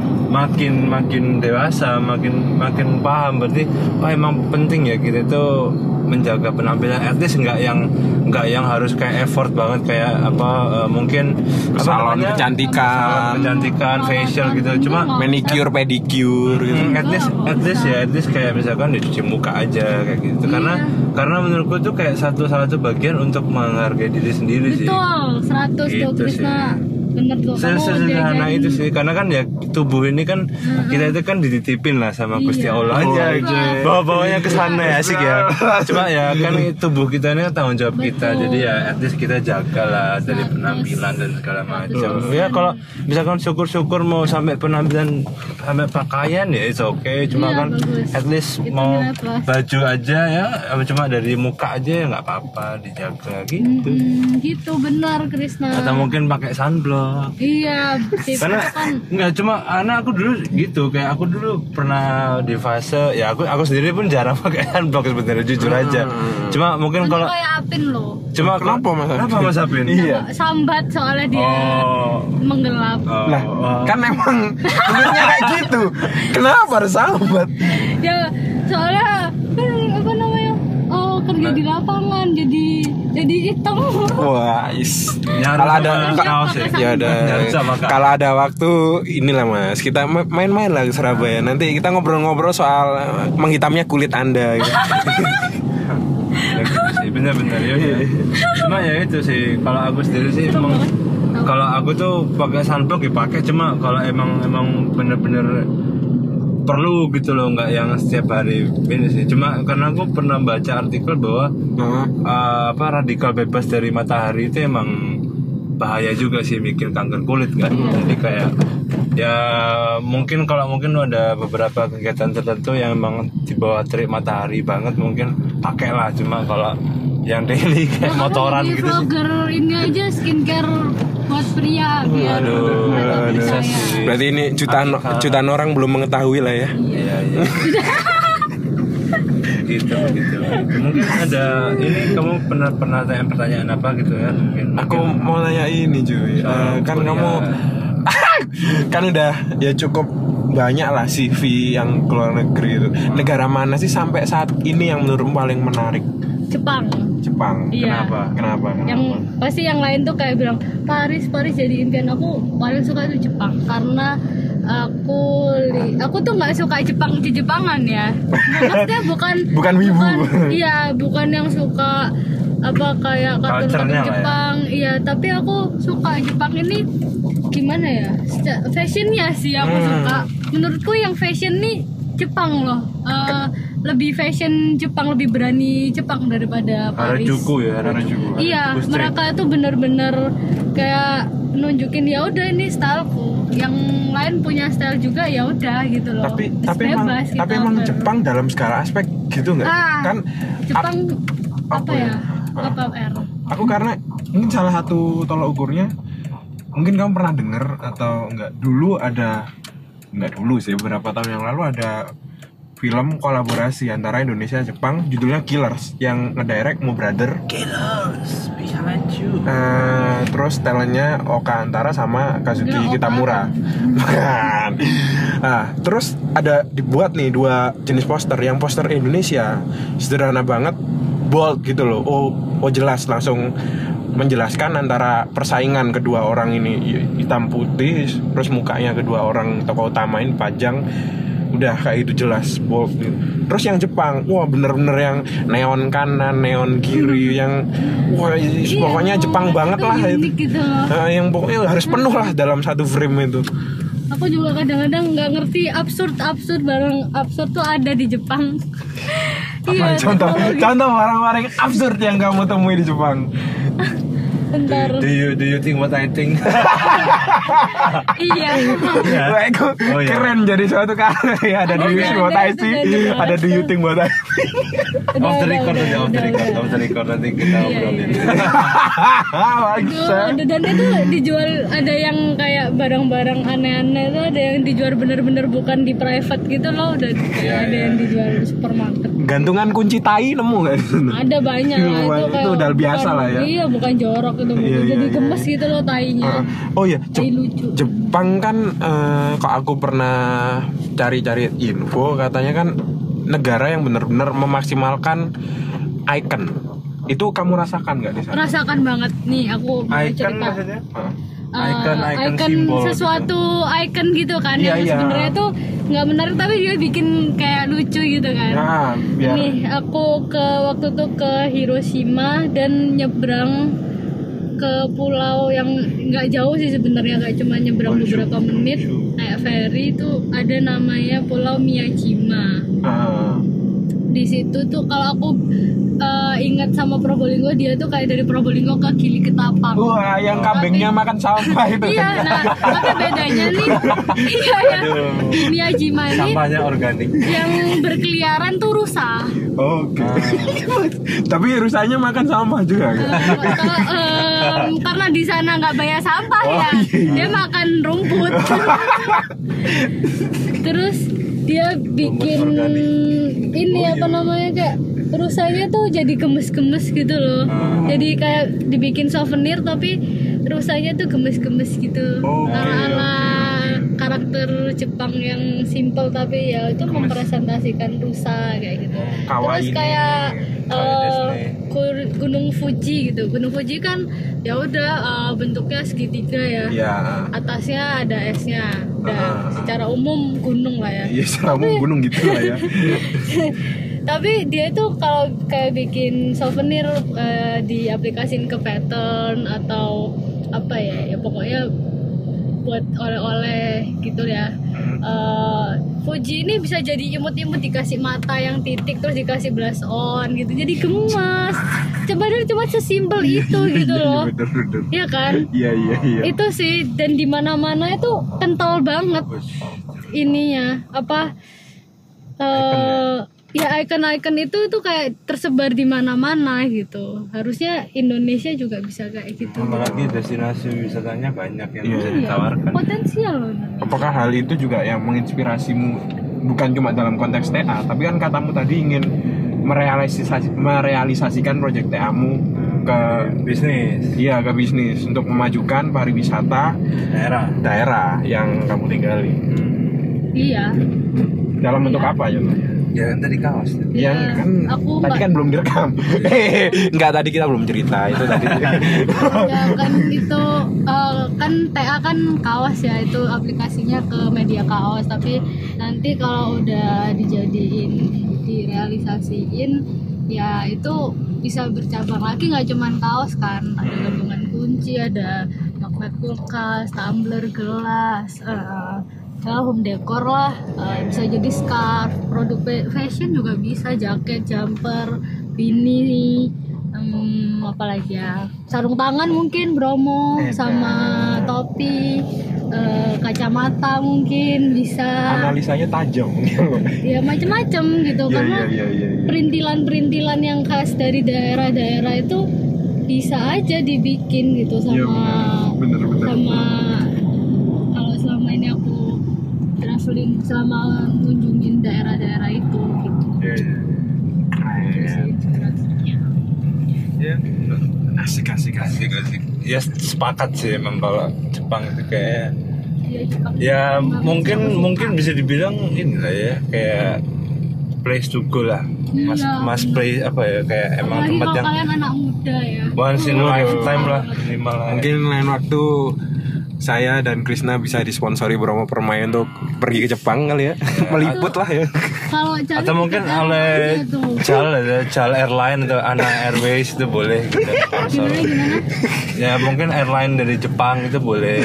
makin dewasa makin paham berarti emang penting ya kita tuh menjaga penampilan, at least nggak yang harus kayak effort banget kayak mungkin salon kecantikan, facial gitu, cuma manicure pedicure gitu. At least kayak misalkan dicuci muka aja kayak gitu. Karena menurutku tuh kayak salah satu bagian untuk menghargai diri sendiri sih. Betul, 100 tuh Gitu Krisna. Bener tuh. Sederhana itu sih, karena kan ya tubuh ini kan kita itu kan dititipin lah sama Gusti Allah aja. Bawa-bawanya ke sana ya, asik ya. Cuma ya kan tubuh kita ini kan tanggung jawab kita. Jadi ya at least kita jaga lah dari penampilan dan segala macam. Ya kalau misalkan syukur-syukur mau sampai penampilan sampai pakaian ya it's okay. Cuma kan at least Itu mau nilai plus. baju aja ya, cuma dari muka aja ya nggak apa-apa, dijaga gitu. Gitu benar Krisna. Atau mungkin pakai sunblock. Iya, Karena kan. nggak cuma anak aku dulu gitu, kayak aku dulu pernah di fase ya aku sendiri pun jarang pakai sunblock sebenarnya, jujur aja. Cuma mungkin kalau kayak Apin loh. cuma Kenapa Mas Apin? Iya. Sambat soalnya dia menggelap. Lah, kan emang kulitnya kayak gitu. Kenapa harus sambat? Ya soalnya kan apa namanya? Oh kerja di lapangan jadi hitam. Wah, kalau ada kalau ada waktu inilah Mas, kita main-main lah ke Surabaya. Nanti kita ngobrol-ngobrol soal menghitamnya kulit Anda gitu. Bener-bener ya. Cuma ya itu sih, kalau aku sendiri sih emang kalau aku tuh pakai sunblock dipakai, cuma kalau emang bener-bener perlu gitu loh, nggak yang setiap hari ini sih. Cuma karena aku pernah baca artikel bahwa radikal bebas dari matahari itu emang bahaya juga sih, bikin kanker kulit kan. Jadi kayak ya mungkin ada beberapa kegiatan tertentu yang emang di bawah terik matahari banget mungkin pakailah. Cuma kalau yang daily kayak motoran gitu sih. Vlogger ini aja skincare buat pria biar mereka bisa percaya. sih. Berarti ini jutaan orang belum mengetahui lah ya. Iya. gitu. Mungkin ada ini, kamu pernah tanya pertanyaan apa gitu ya? Aku mau nanya ini cuy. Kan kamu kan udah ya cukup banyak lah CV yang keluar negeri itu. Negara mana sih sampai saat ini yang menurutmu paling menarik? Jepang. Iya. Kenapa? Yang pasti yang lain tuh kayak bilang Paris jadi impian aku. Paling suka itu Jepang karena aku tuh nggak suka Jepangan ya. Maksudnya bukan wibu. Iya, bukan yang suka apa kayak kartun Culture-nya Jepang. Iya, tapi aku suka Jepang ini gimana ya, fashionnya sih aku suka. Menurutku yang fashion nih Jepang loh, lebih fashion Jepang, lebih berani Jepang daripada Paris. Harajuku. Iya, mereka itu bener-bener kayak nunjukin ya udah ini styleku, yang lain punya style juga ya udah gitu loh. Tapi emang Jepang dalam segala aspek gitu nggak? Kan Jepang apa ya? Apa R? Aku karena mungkin salah satu tolak ukurnya, mungkin kamu pernah dengar atau enggak, nggak dulu sih, beberapa tahun yang lalu ada film kolaborasi antara Indonesia dan Jepang, judulnya Killers, yang ngedirect Mo Brother. Killers behind you. Terus talentnya Oka Antara sama Kazuki Kitamura. Terus ada dibuat nih 2 jenis poster. Yang poster Indonesia sederhana banget, bold gitu loh. Oh jelas, langsung menjelaskan antara persaingan kedua orang ini, hitam putih, terus mukanya kedua orang tokoh utama ini pajang, udah kayak itu jelas bold gitu. Terus yang Jepang, wah bener-bener yang neon kanan, neon kiri, yang pokoknya Jepang banget lah itu. Gitu. Yang pokoknya harus penuh lah dalam satu frame itu. Aku juga kadang-kadang nggak ngerti absurd barang absurd tuh ada di Jepang. Contoh barang-barang absurd yang kamu temui di Jepang. Bentar. Do you think what I think? Iya. Itu keren jadi suatu kali. Ada do you think what I see, ada do you think what I think. Off the record nanti kita obrolin. Dan itu dijual, ada yang kayak barang-barang aneh-aneh itu ada yang dijual bener-bener bukan di private gitu loh, udah ada yang dijual di supermarket. Gantungan kunci tai nemu nggak? Ada banyak lah itu kayak. Itu udah biasa lah ya. Iya, bukan jorok itu, jadi gemes gitu loh tainya. Oh iya, Tai lucu. Jepang kan kok aku pernah cari-cari info, katanya kan negara yang benar-benar memaksimalkan icon. Itu kamu rasakan nggak di sana? Rasakan banget nih, aku mau Icon cerita. maksudnya? Icon simbol sesuatu icon gitu kan, yang Iya. sebenarnya tuh nggak menarik tapi dia bikin kayak lucu gitu kan. Biar Nih aku waktu itu ke Hiroshima dan nyebrang ke pulau yang nggak jauh sih sebenarnya, kayak cuma nyebrang beberapa menit naik ferry. Itu ada namanya Pulau Miyajima. Di situ tuh kalau aku ingat sama Probolinggo, dia tuh kayak dari Probolinggo ke Gili Ketapang. Wah, yang kambingnya makan sampah itu. Iya, nah tapi bedanya nih, yang Miyajima ini sampahnya organik. yang berkeliaran tuh rusa. Oke. Tapi rusanya makan sampah juga kan? Karena di sana nggak bayar sampah ya, dia makan rumput. Terus dia bikin ini apa namanya, kayak rusanya tuh jadi gemes-gemes gitu loh. Jadi kayak dibikin souvenir tapi rusanya tuh gemes-gemes gitu. Ala-ala karakter Jepang yang simple tapi ya itu mempresentasikan rusa kayak gitu. Terus kayak Gunung Fuji gitu. Gunung Fuji kan ya udah bentuknya segitiga ya. Atasnya ada esnya. Dan secara umum gunung lah ya. Iya, secara umum gunung gitu lah ya. Tapi dia tuh kalau kayak bikin souvenir diaplikasiin ke pattern atau apa ya pokoknya buat oleh-oleh gitu ya. Fuji ini bisa jadi imut-imut, dikasih mata yang titik terus dikasih blush on gitu, jadi gemas. Cuma sesimpel itu gitu loh. Iya kan? Iya. Itu sih, dan di mana-mana itu kental banget ininya apa ya icon-icon itu kayak tersebar di mana-mana gitu. Harusnya Indonesia juga bisa kayak gitu. Apalagi destinasi wisatanya banyak yang bisa ditawarkan. Potensial loh. Apakah hal itu juga yang menginspirasimu, bukan cuma dalam konteks TA, tapi kan katamu tadi ingin merealisasikan proyek TA-mu ke bisnis. Iya, ke bisnis untuk memajukan pariwisata daerah yang kamu tinggali. Iya. Dalam bentuk apa ya? Ya kan tadi kaos. Ya, yang kan aku tadi kan belum direkam. Enggak, tadi kita belum cerita itu tadi. Ya kan itu kan TA kan kaos ya, itu aplikasinya ke media kaos, tapi nanti kalau udah direalisasiin ya itu bisa bercabang lagi, nggak cuman kaos kan, ada gabungan kunci, ada bak kulkas, tumbler, gelas, home decor lah, bisa jadi scarf, produk fashion juga bisa, jaket, jumper, beanie, apalagi ya, sarung tangan mungkin Bromo, sama topi, kacamata mungkin bisa. Analisanya tajam. Ya macam-macam gitu, karena perintilan-perintilan yang khas dari daerah-daerah itu bisa aja dibikin gitu sama bener. sama kalau selama ini aku traveling selama ngunjungin daerah-daerah itu gitu. Ya, asik. Ya sepakat sih emang kalau Jepang itu kayak Ya, Jepang. ya mungkin bisa dibilang ini lah ya, kayak place to go lah. Mas play apa ya, kayak emang Apalagi tempat kalau yang kalian anak muda ya. once in a lifetime lah minimal lah. Mungkin lain waktu saya dan Krisna bisa disponsori Bromo Permai untuk pergi ke Jepang kali ya. Meliput lah ya. Kalau cari Atau mungkin tiket oleh airline tuh. JAL Airline atau Ana Airways itu boleh gitu. Gimana? Ya mungkin airline dari Jepang itu boleh.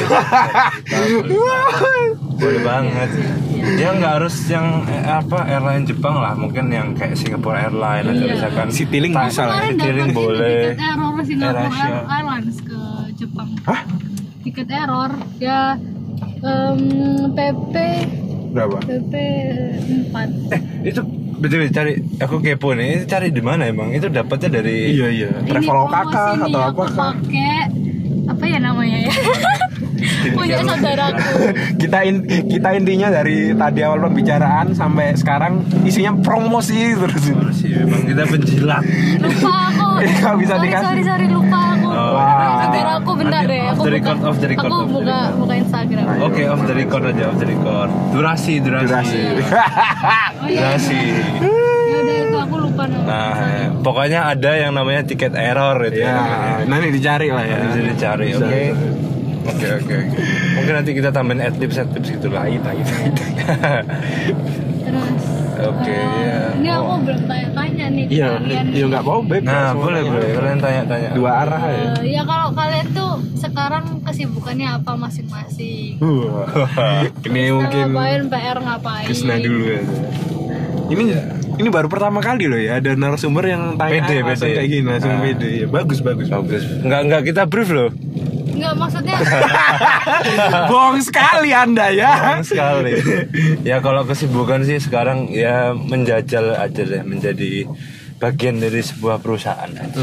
Boleh banget. Ya nggak harus yang airline Jepang lah, mungkin yang kayak Singapore Airline atau Iya. misalkan Citylink bisa lah. Kemarin Citylink dapat boleh. tiket error Singapore AirAsia. Airlines ke Jepang. Hah? Tiket error ya, PP Berapa? 4. Itu betul cari, aku kepo nih, itu cari di mana emang? Itu dapatnya dari Iya. Traveloka atau apa? Pakai apa ya namanya ya? Punya saudaraku. Kita intinya dari tadi awal pembicaraan sampai sekarang isinya promosi terus. sih, memang kita penjilat. Lupa aku. Nggak bisa dikasih. Sorry lupa aku. Wah. Saudaraku bentar deh. Aku Off the record. Aku buka Instagram. Oke, off the record aja, off the record. Durasi. Oh iya. Durasi. Ya udah itu aku lupa namanya. Nah, pokoknya ada yang namanya tiket error itu. Ya, nanti dicari lah ya. Bisa dicari, Bisa. oke. Oke. Mungkin nanti kita tambahin adlibs gitu lah. Terus Oke, ya. ini aku belum tanya-tanya nih ke Iya, kalian. iya nggak apa-apa. bebas Nah, semua boleh. tanya. Kalian tanya-tanya. Dua arah ya. Ya kalau kalian tuh sekarang kesibukannya apa masing-masing? Ini Krisna mungkin ngapain, PR ngapain? Krisna dulu ya. Ini baru pertama kali loh ya ada narasumber yang tanya Pede. langsung kayak gini langsung pede. Ya, bagus. Enggak kita brief loh. Enggak, maksudnya Bohong sekali Anda ya. Senang sekali. Ya kalau kesibukan sih sekarang ya menjajal aja deh, menjadi bagian dari sebuah perusahaan aja.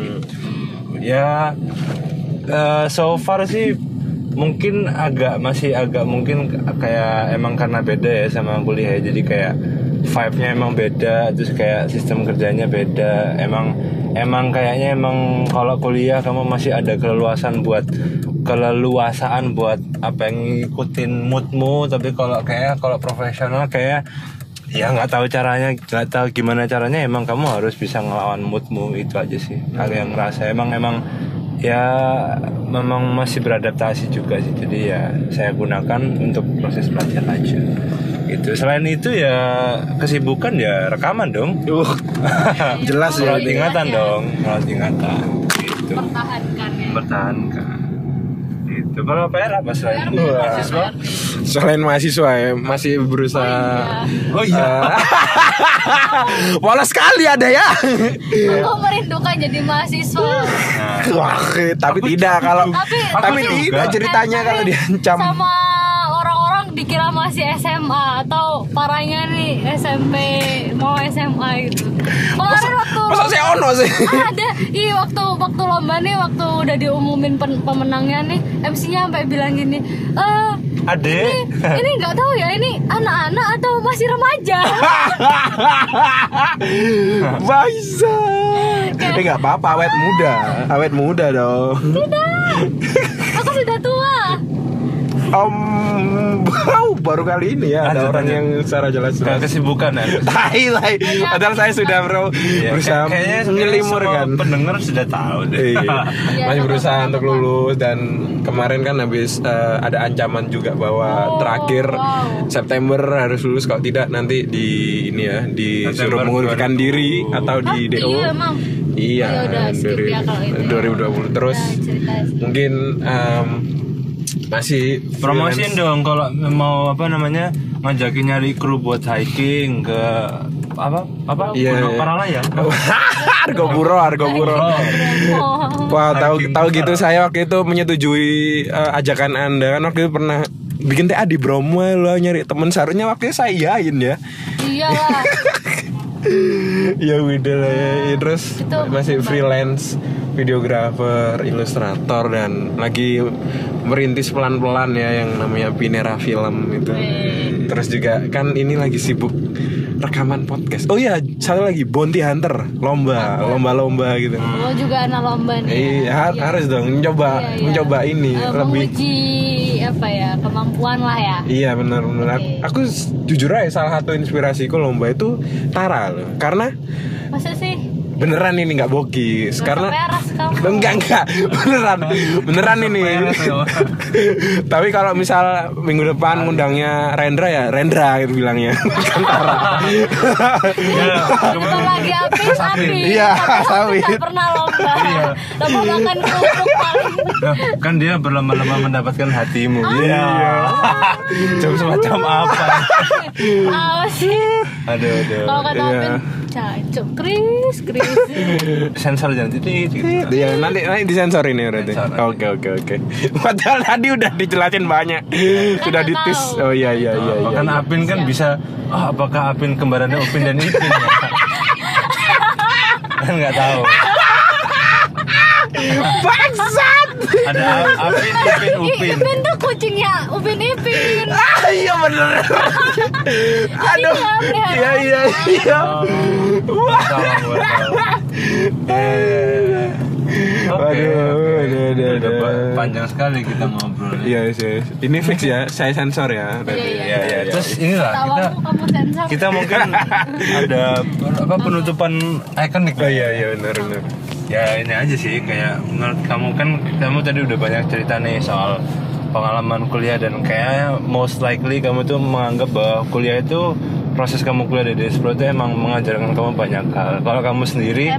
Ya so far sih mungkin masih agak mungkin kayak emang karena beda ya sama kuliah, jadi kayak vibe-nya emang beda, terus kayak sistem kerjanya beda. Emang kayaknya kalau kuliah kamu masih ada keleluasaan buat apa yang ngikutin moodmu, tapi kalau profesional kayak ya nggak tahu gimana caranya, emang kamu harus bisa ngelawan moodmu, itu aja sih. Kalian ngerasa emang ya memang masih beradaptasi juga sih, jadi ya saya gunakan untuk proses belajar aja gitu. Selain itu ya kesibukan ya rekaman dong. Jelas ya. Merawat ingatan dong, merawat ingatan gitu. Pertahankan Gitu. Kalau PR apa selain PR mahasiswa? Selain mahasiswa ya masih berusaha. Oh iya. Polos sekali ada ya. Aku merindukan jadi mahasiswa. Wah, tapi tidak kalau tapi juga. tidak ceritanya kalau diancam. Sama orang-orang dikira masih SMA atau parahnya nih SMP mau SMA gitu. Kemarin Masa saya ono sih? ada waktu lomba nih, waktu udah diumumin pemenangnya nih, MC-nya sampai bilang gini, Ade. ini nggak tahu ya, ini anak-anak atau masih remaja. Baisa. Tapi nggak apa-apa, awet muda dong. Aku sudah tua. Baru kali ini ya ada orang yang secara jelas Kesibukan ya. tai. Padahal saya sudah berusaha kayaknya nyelimur semua kan. pendengar sudah tahu deh. Iya. Masih Iya, berusaha sama-sama. untuk lulus, dan kemarin kan habis ada ancaman juga bahwa terakhir September harus lulus, kalau tidak nanti disuruh September mengundurkan 2020. diri atau di DO. Iya emang. Iya, Ya udah, skip ya kalau itu. 2020 terus Udah, cerita. mungkin masih Promosiin dong kalau mau apa namanya ngajakin nyari kru buat hiking ke apa Iya, Gunung iya. Paralaya. Argo Puro. Wah, tahu gitu saya waktu itu menyetujui ajakan Anda kan waktu itu pernah bikin TA di Bromo lo nyari temen seharusnya waktu itu saya iyain ya. Iyalah. Ya udah lah ya. Terus Itu masih freelance videografer, ilustrator dan lagi merintis pelan-pelan ya yang namanya Binera Film itu. Terus juga kan ini lagi sibuk rekaman podcast. Oh iya, satu lagi Bounty Hunter, lomba gitu. Lo juga anak lomba nih. Iya, harus dong mencoba ini lebih menguji apa ya kemampuan lah ya. Iya benar. Oke. Aku jujur aja salah satu inspirasiku lomba itu Tara loh. Karena Masa sih? beneran ini nggak bokis. Karena Peras kamu. enggak beneran ini. Tapi kalau misal minggu depan ngundangnya Rendra gitu bilangnya. Bukan Tara. Kita lagi apin. Iya, Tapi sawit. nggak pernah lomba. Lomba makan kerupuk paling. Kan dia berlomba-lomba mendapatkan hatimu. Iya. Jam semacam apa? Apa sih? Aduh. Kalau kata Iya. Apin, cacok, Kris. Sensor jangan titik gitu. Iya, nanti disensor ini berarti. Sensor. Oke. Padahal tadi udah dijelasin banyak. Sudah nggak ditis. tahu. Oh iya. Bahkan Apin kan bisa, apakah Apin kembarannya Upin dan Ipin ya? Kan nggak tahu. Bangsat. Ada Apin, Ipin, Upin. Ipin tuh kucingnya Upin Ipin. Iya bener. Aduh. Iya. Wah. Tahu. Oke. Udah panjang sekali kita ngobrol. Iya. Ini fix ya. Saya sensor ya. Iya. Terus inilah Tawamu kamu sensor. kita mungkin ada apa penutupan ikonik. Oh iya benar. Ya ini aja sih kayak menurut kamu kan kamu tadi udah banyak cerita nih soal pengalaman kuliah dan kayaknya most likely kamu tuh menganggap bahwa kuliah itu proses kamu kuliah di Despro itu emang mengajarkan kamu banyak hal. Kalau kamu sendiri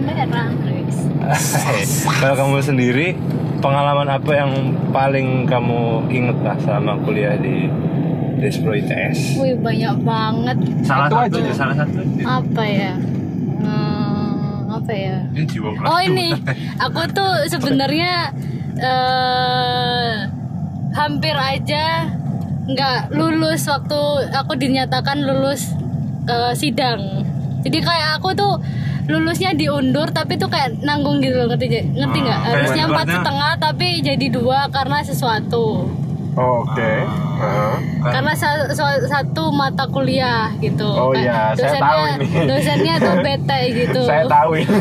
kalau kamu sendiri pengalaman apa yang paling kamu inget lah selama kuliah di Despro ITS? Wih banyak banget. Salah Satu satu. Apa ya? Apa ya? Ini jiwa kelas Oh tuh. ini, aku tuh sebenarnya hampir aja nggak lulus waktu aku dinyatakan lulus sidang. Jadi kayak aku tuh lulusnya diundur tapi tuh kayak nanggung gitu loh, ngerti nggak? Harusnya 4,5 tapi jadi 2 karena sesuatu. Oke. Karena satu mata kuliah gitu. Oh iya, saya tahu ini. Dosennya tuh bete gitu. Saya tahu ini.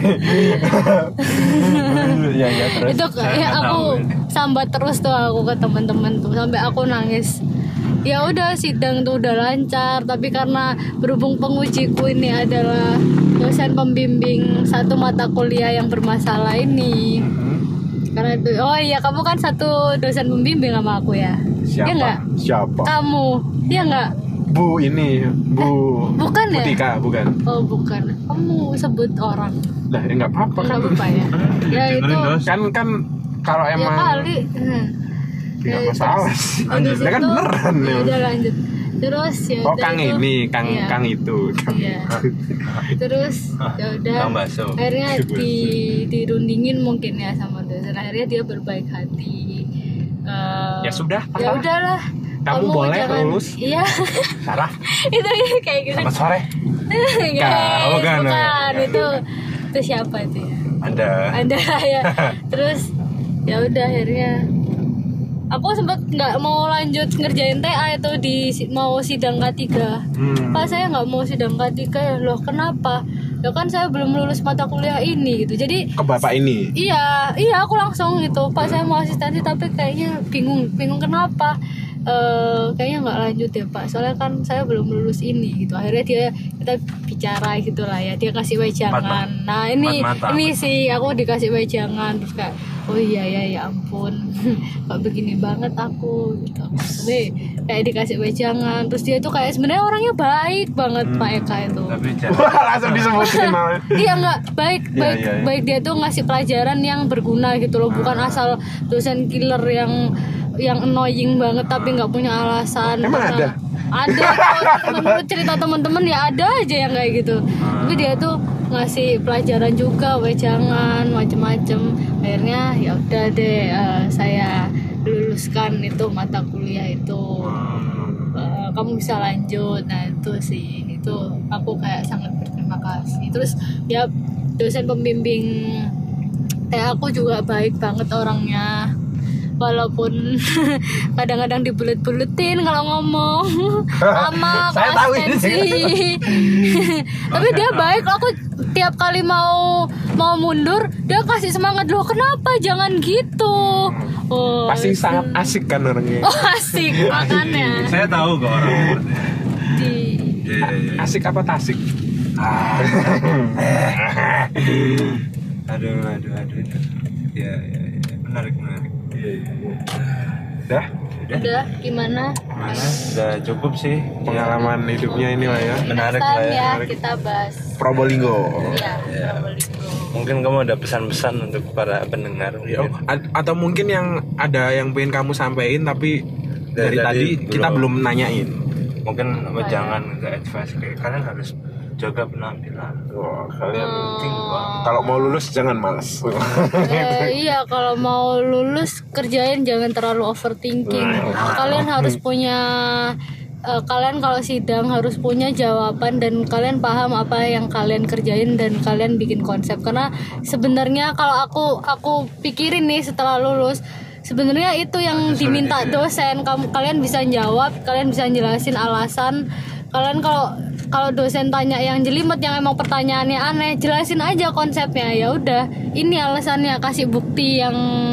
Ya terus. Itu kayak aku sambat terus tuh aku ke teman-teman tuh sampai aku nangis. Ya udah sidang tuh udah lancar, tapi karena berhubung pengujiku ini adalah dosen pembimbing satu mata kuliah yang bermasalah ini. Karena itu, oh iya kamu kan satu dosen pembimbing sama aku ya. Siapa? Iya nggak? Siapa? Kamu, iya nggak? Bu ini, Bu. Bukan ya? Butika, bukan. Oh bukan, kamu sebut orang. Lah, ya nggak apa-apa kan. Nggak apa ya? Ya itu. Kan kalau Ya emang kali. nggak masalah sih. Habis Ya kan itu, beneran ya ya. udah lanjut. Terus ya Oh, udah Kang itu. ini, Kang Iya. Kang itu. Iya. Terus ya udah. Kang bakso. Akhirnya dirundingin mungkin ya sama dosen. Akhirnya dia berbaik hati. Ya sudah, Ya udahlah. Kamu boleh lulus. Iya. Sarah. Itu kayak gitu. Selamat sore. Guys, bukan. bukan. Itu siapa itu ya? Ada ya. Terus ya udah akhirnya aku sempat nggak mau lanjut ngerjain TA itu mau sidang K3. Pak saya nggak mau sidang K3 ya. Loh kenapa? Ya kan saya belum lulus mata kuliah ini gitu. Jadi Ke bapak ini. iya aku langsung gitu. Pak saya mau asistensi tapi kayaknya bingung kenapa. Kayaknya nggak lanjut ya Pak, soalnya kan saya belum lulus ini gitu. Akhirnya kita bicara gitulah ya, dia kasih wejangan. Nah ini sih aku dikasih wejangan terus kayak oh iya ya ampun kok begini banget aku gitu. Tapi kayak dikasih wejangan terus dia tuh kayak sebenarnya orangnya baik banget Pak Eka itu. tapi Wah, langsung disebutin namanya. Iya nggak baik Iya. baik dia tuh ngasih pelajaran yang berguna gitu loh, bukan asal dosen killer yang yang annoying banget tapi nggak punya alasan. Emang karena ada menurut cerita teman-teman ya ada aja yang kayak gitu. Tapi dia tuh ngasih pelajaran juga, jangan macem-macem. Akhirnya ya udah deh, saya luluskan itu mata kuliah itu. Kamu bisa lanjut. Nah itu sih, itu aku kayak sangat berterima kasih. Terus ya dosen pembimbing aku juga baik banget orangnya, walaupun kadang-kadang dibulet-buletin kalau ngomong sama Saya tahu ini. tapi dia baik. Aku tiap kali mau mundur dia kasih semangat, loh kenapa jangan gitu. Pasti sangat asik kan orangnya. Asik makanya Saya tahu kok orang di Asik apa tasik? Aduh. Ya. Menarik. Dah udah gimana Udah cukup sih pengalaman hidupnya ini lah ya. Menarik Next lah time ya. kita bahas Probolinggo. ya. Mungkin kamu ada pesan-pesan untuk para pendengar Ya, atau mungkin yang ada yang pengen kamu sampaikan tapi dari tadi kita belum nanyain. Mungkin jangan ke advice kayak kalian harus jaga penampilan. Wah, kalian Penting banget. kalau mau lulus jangan malas. Iya, kalau mau lulus kerjain, jangan terlalu overthinking. Kalian harus punya kalian kalau sidang harus punya jawaban dan kalian paham apa yang kalian kerjain dan kalian bikin konsep. Karena sebenarnya kalau aku pikirin nih setelah lulus, sebenarnya itu yang diminta dosen. Kalian bisa jawab, kalian bisa jelasin alasan. Kalian kalau dosen tanya yang jelimet, yang emang pertanyaannya aneh, jelasin aja konsepnya. Ya udah, ini alasannya, kasih bukti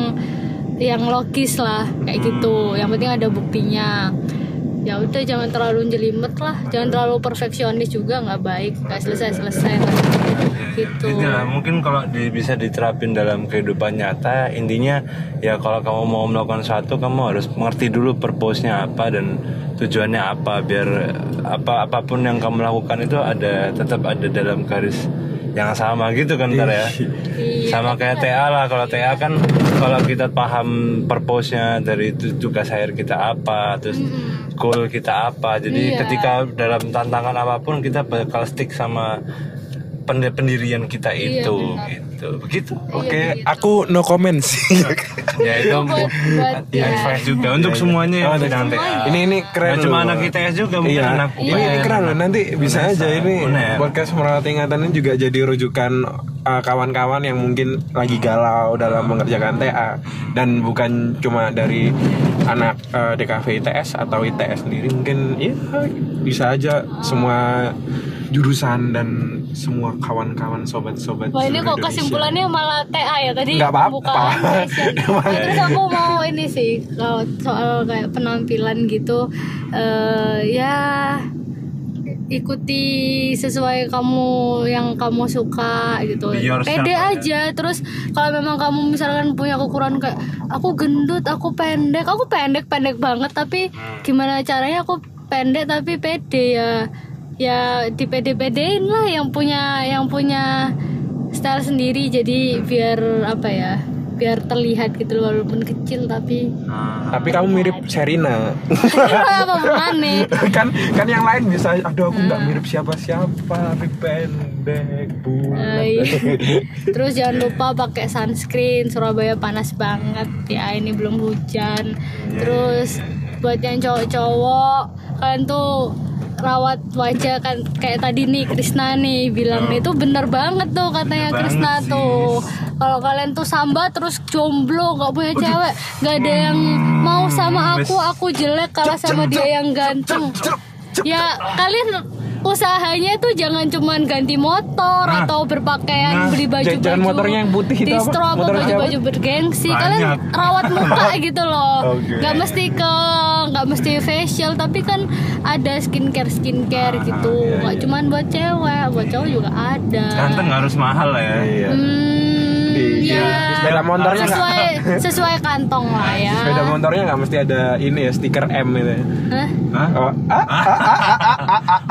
yang logis lah kayak gitu. Yang penting ada buktinya. Ya udah, jangan terlalu jelimet lah, jangan terlalu perfeksionis juga, nggak baik, nggak selesai gitu. Inilah mungkin kalau bisa diterapin dalam kehidupan nyata, intinya ya kalau kamu mau melakukan sesuatu, kamu harus mengerti dulu purpose-nya apa dan tujuannya apa, biar apapun yang kamu lakukan itu tetap ada dalam garis yang sama gitu kan ntar ya. Iya, Sama kayak TA lah. Kalau TA kan kalau kita paham purpose-nya dari tugas akhir kita apa, terus goal kita apa, jadi ketika dalam tantangan apapun kita bakal stick sama pendirian kita itu gitu. Begitu. Oke, aku no comment sih. Ya itu buat advice juga untuk semuanya yang sedang TA. Ini keren. Nggak cuma loh. anak ITS juga, mungkin Iya. anak Ini keren loh. Nanti bisa aja ini Uner. podcast merawat ingatan ini juga jadi rujukan kawan-kawan yang mungkin lagi galau dalam mengerjakan TA, dan bukan cuma dari anak DKV ITS atau ITS sendiri, mungkin ya bisa aja semua jurusan dan semua kawan-kawan sobat-sobat. Wah, ini kok Indonesia. kesimpulannya malah TA ya tadi. Nggak apa-apa. Bukan fashion. Terus aku mau ini sih, kalau soal kayak penampilan gitu, ya ikuti sesuai yang kamu suka gitu. Be yourself, Pede ya. aja. Terus kalau memang kamu misalkan punya kekurangan kayak aku gendut, aku pendek banget, tapi gimana caranya aku pendek tapi pede ya dipede-pedein lah, yang punya style sendiri, jadi biar biar terlihat gitu walaupun kecil tapi kamu mirip Sherina. apa nih kan yang lain bisa, aduh aku nggak mirip siapa-siapa tapi pendek bulat. Terus jangan lupa pakai sunscreen, Surabaya panas banget ya, ini belum hujan. Terus buat yang cowok-cowok, kalian tuh rawat wajah kan, kayak tadi nih Krisna nih bilang itu bener banget tuh katanya Krisna tuh. Kalau kalian tuh sambat terus jomblo, nggak punya cewek, nggak ada yang mau sama aku jelek kalah sama dia yang ganteng. Ya kalian usahanya tuh jangan cuman ganti motor atau berpakaian beli baju-baju. Jangan motornya yang putih itu apa? Distro apa Motor baju-baju bergengsi. Kalian rawat muka gitu loh. Nggak mesti facial, tapi kan ada skincare gitu. Nggak cuman buat cewek, buat cowok juga ada. Ganteng harus mahal lah ya. Ya, sepeda motornya sesuai kantong lah ya. Sepeda motornya nggak mesti ada ini ya, stiker M itu. Hah? Hah? Oh,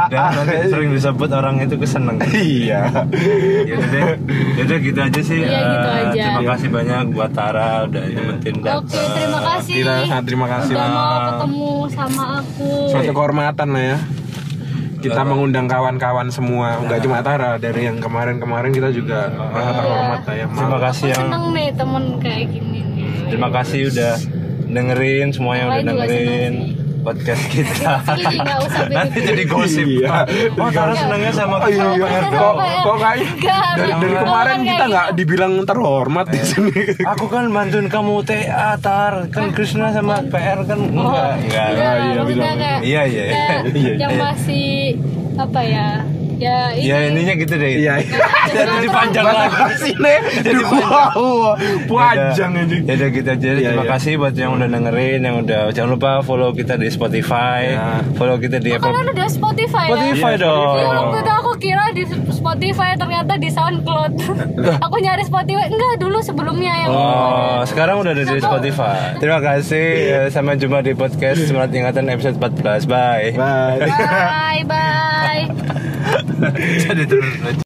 Dan nanti sering disebut orang itu keseneng. Iya. Yaudah gitu aja sih. Iya, gitu aja. Terima kasih banyak buat Tara udah nyempetin datang. Oke, terima kasih. Kita sangat terima kasih. Udah mau ketemu sama aku. Suatu kehormatan lah ya. Kita mengundang kawan-kawan semua, nggak cuma Tara, dari yang kemarin-kemarin kita juga merasa terhormat lah ya. Terima kasih Aku yang seneng nih temen kayak gini nih. terima kasih udah dengerin semuanya udah Yang lain juga dengerin seneng podcast kita. Ih, nggak usah Nanti jadi gosip. Iya. Oh, Tara senangnya sama Oh iya, iya. Kok kayak Enggak, dari enggak. kemarin Bukan kita kayak nggak dibilang terhormat di sini. Aku kan bantuin kamu TA, Tar. Kan Krishna sama PR kan enggak. Enggak, iya, maksudnya bilang. kayak Iya, iya. kayak Iya, yang iya. masih apa ya? Ya ini. Ya intinya gitu deh. Iya. Jadi panjang lagi. Sini. Wow, panjang ini. Ya udah gitu aja. Iya, Terima iya. kasih buat yang udah dengerin, yang udah jangan lupa follow kita di Spotify, Ya. follow kita di Apple. Kalian udah Spotify, Spotify ya? dong. Iya, waktu itu aku kira di Spotify, ternyata di SoundCloud. Aku nyari Spotify, enggak dulu sebelumnya yang Oh, sekarang udah ada di Spotify. Terima kasih. Sampai jumpa di podcast Semangat Ingatan episode 14. Bye. Bye. Bye bye. Jadi terus.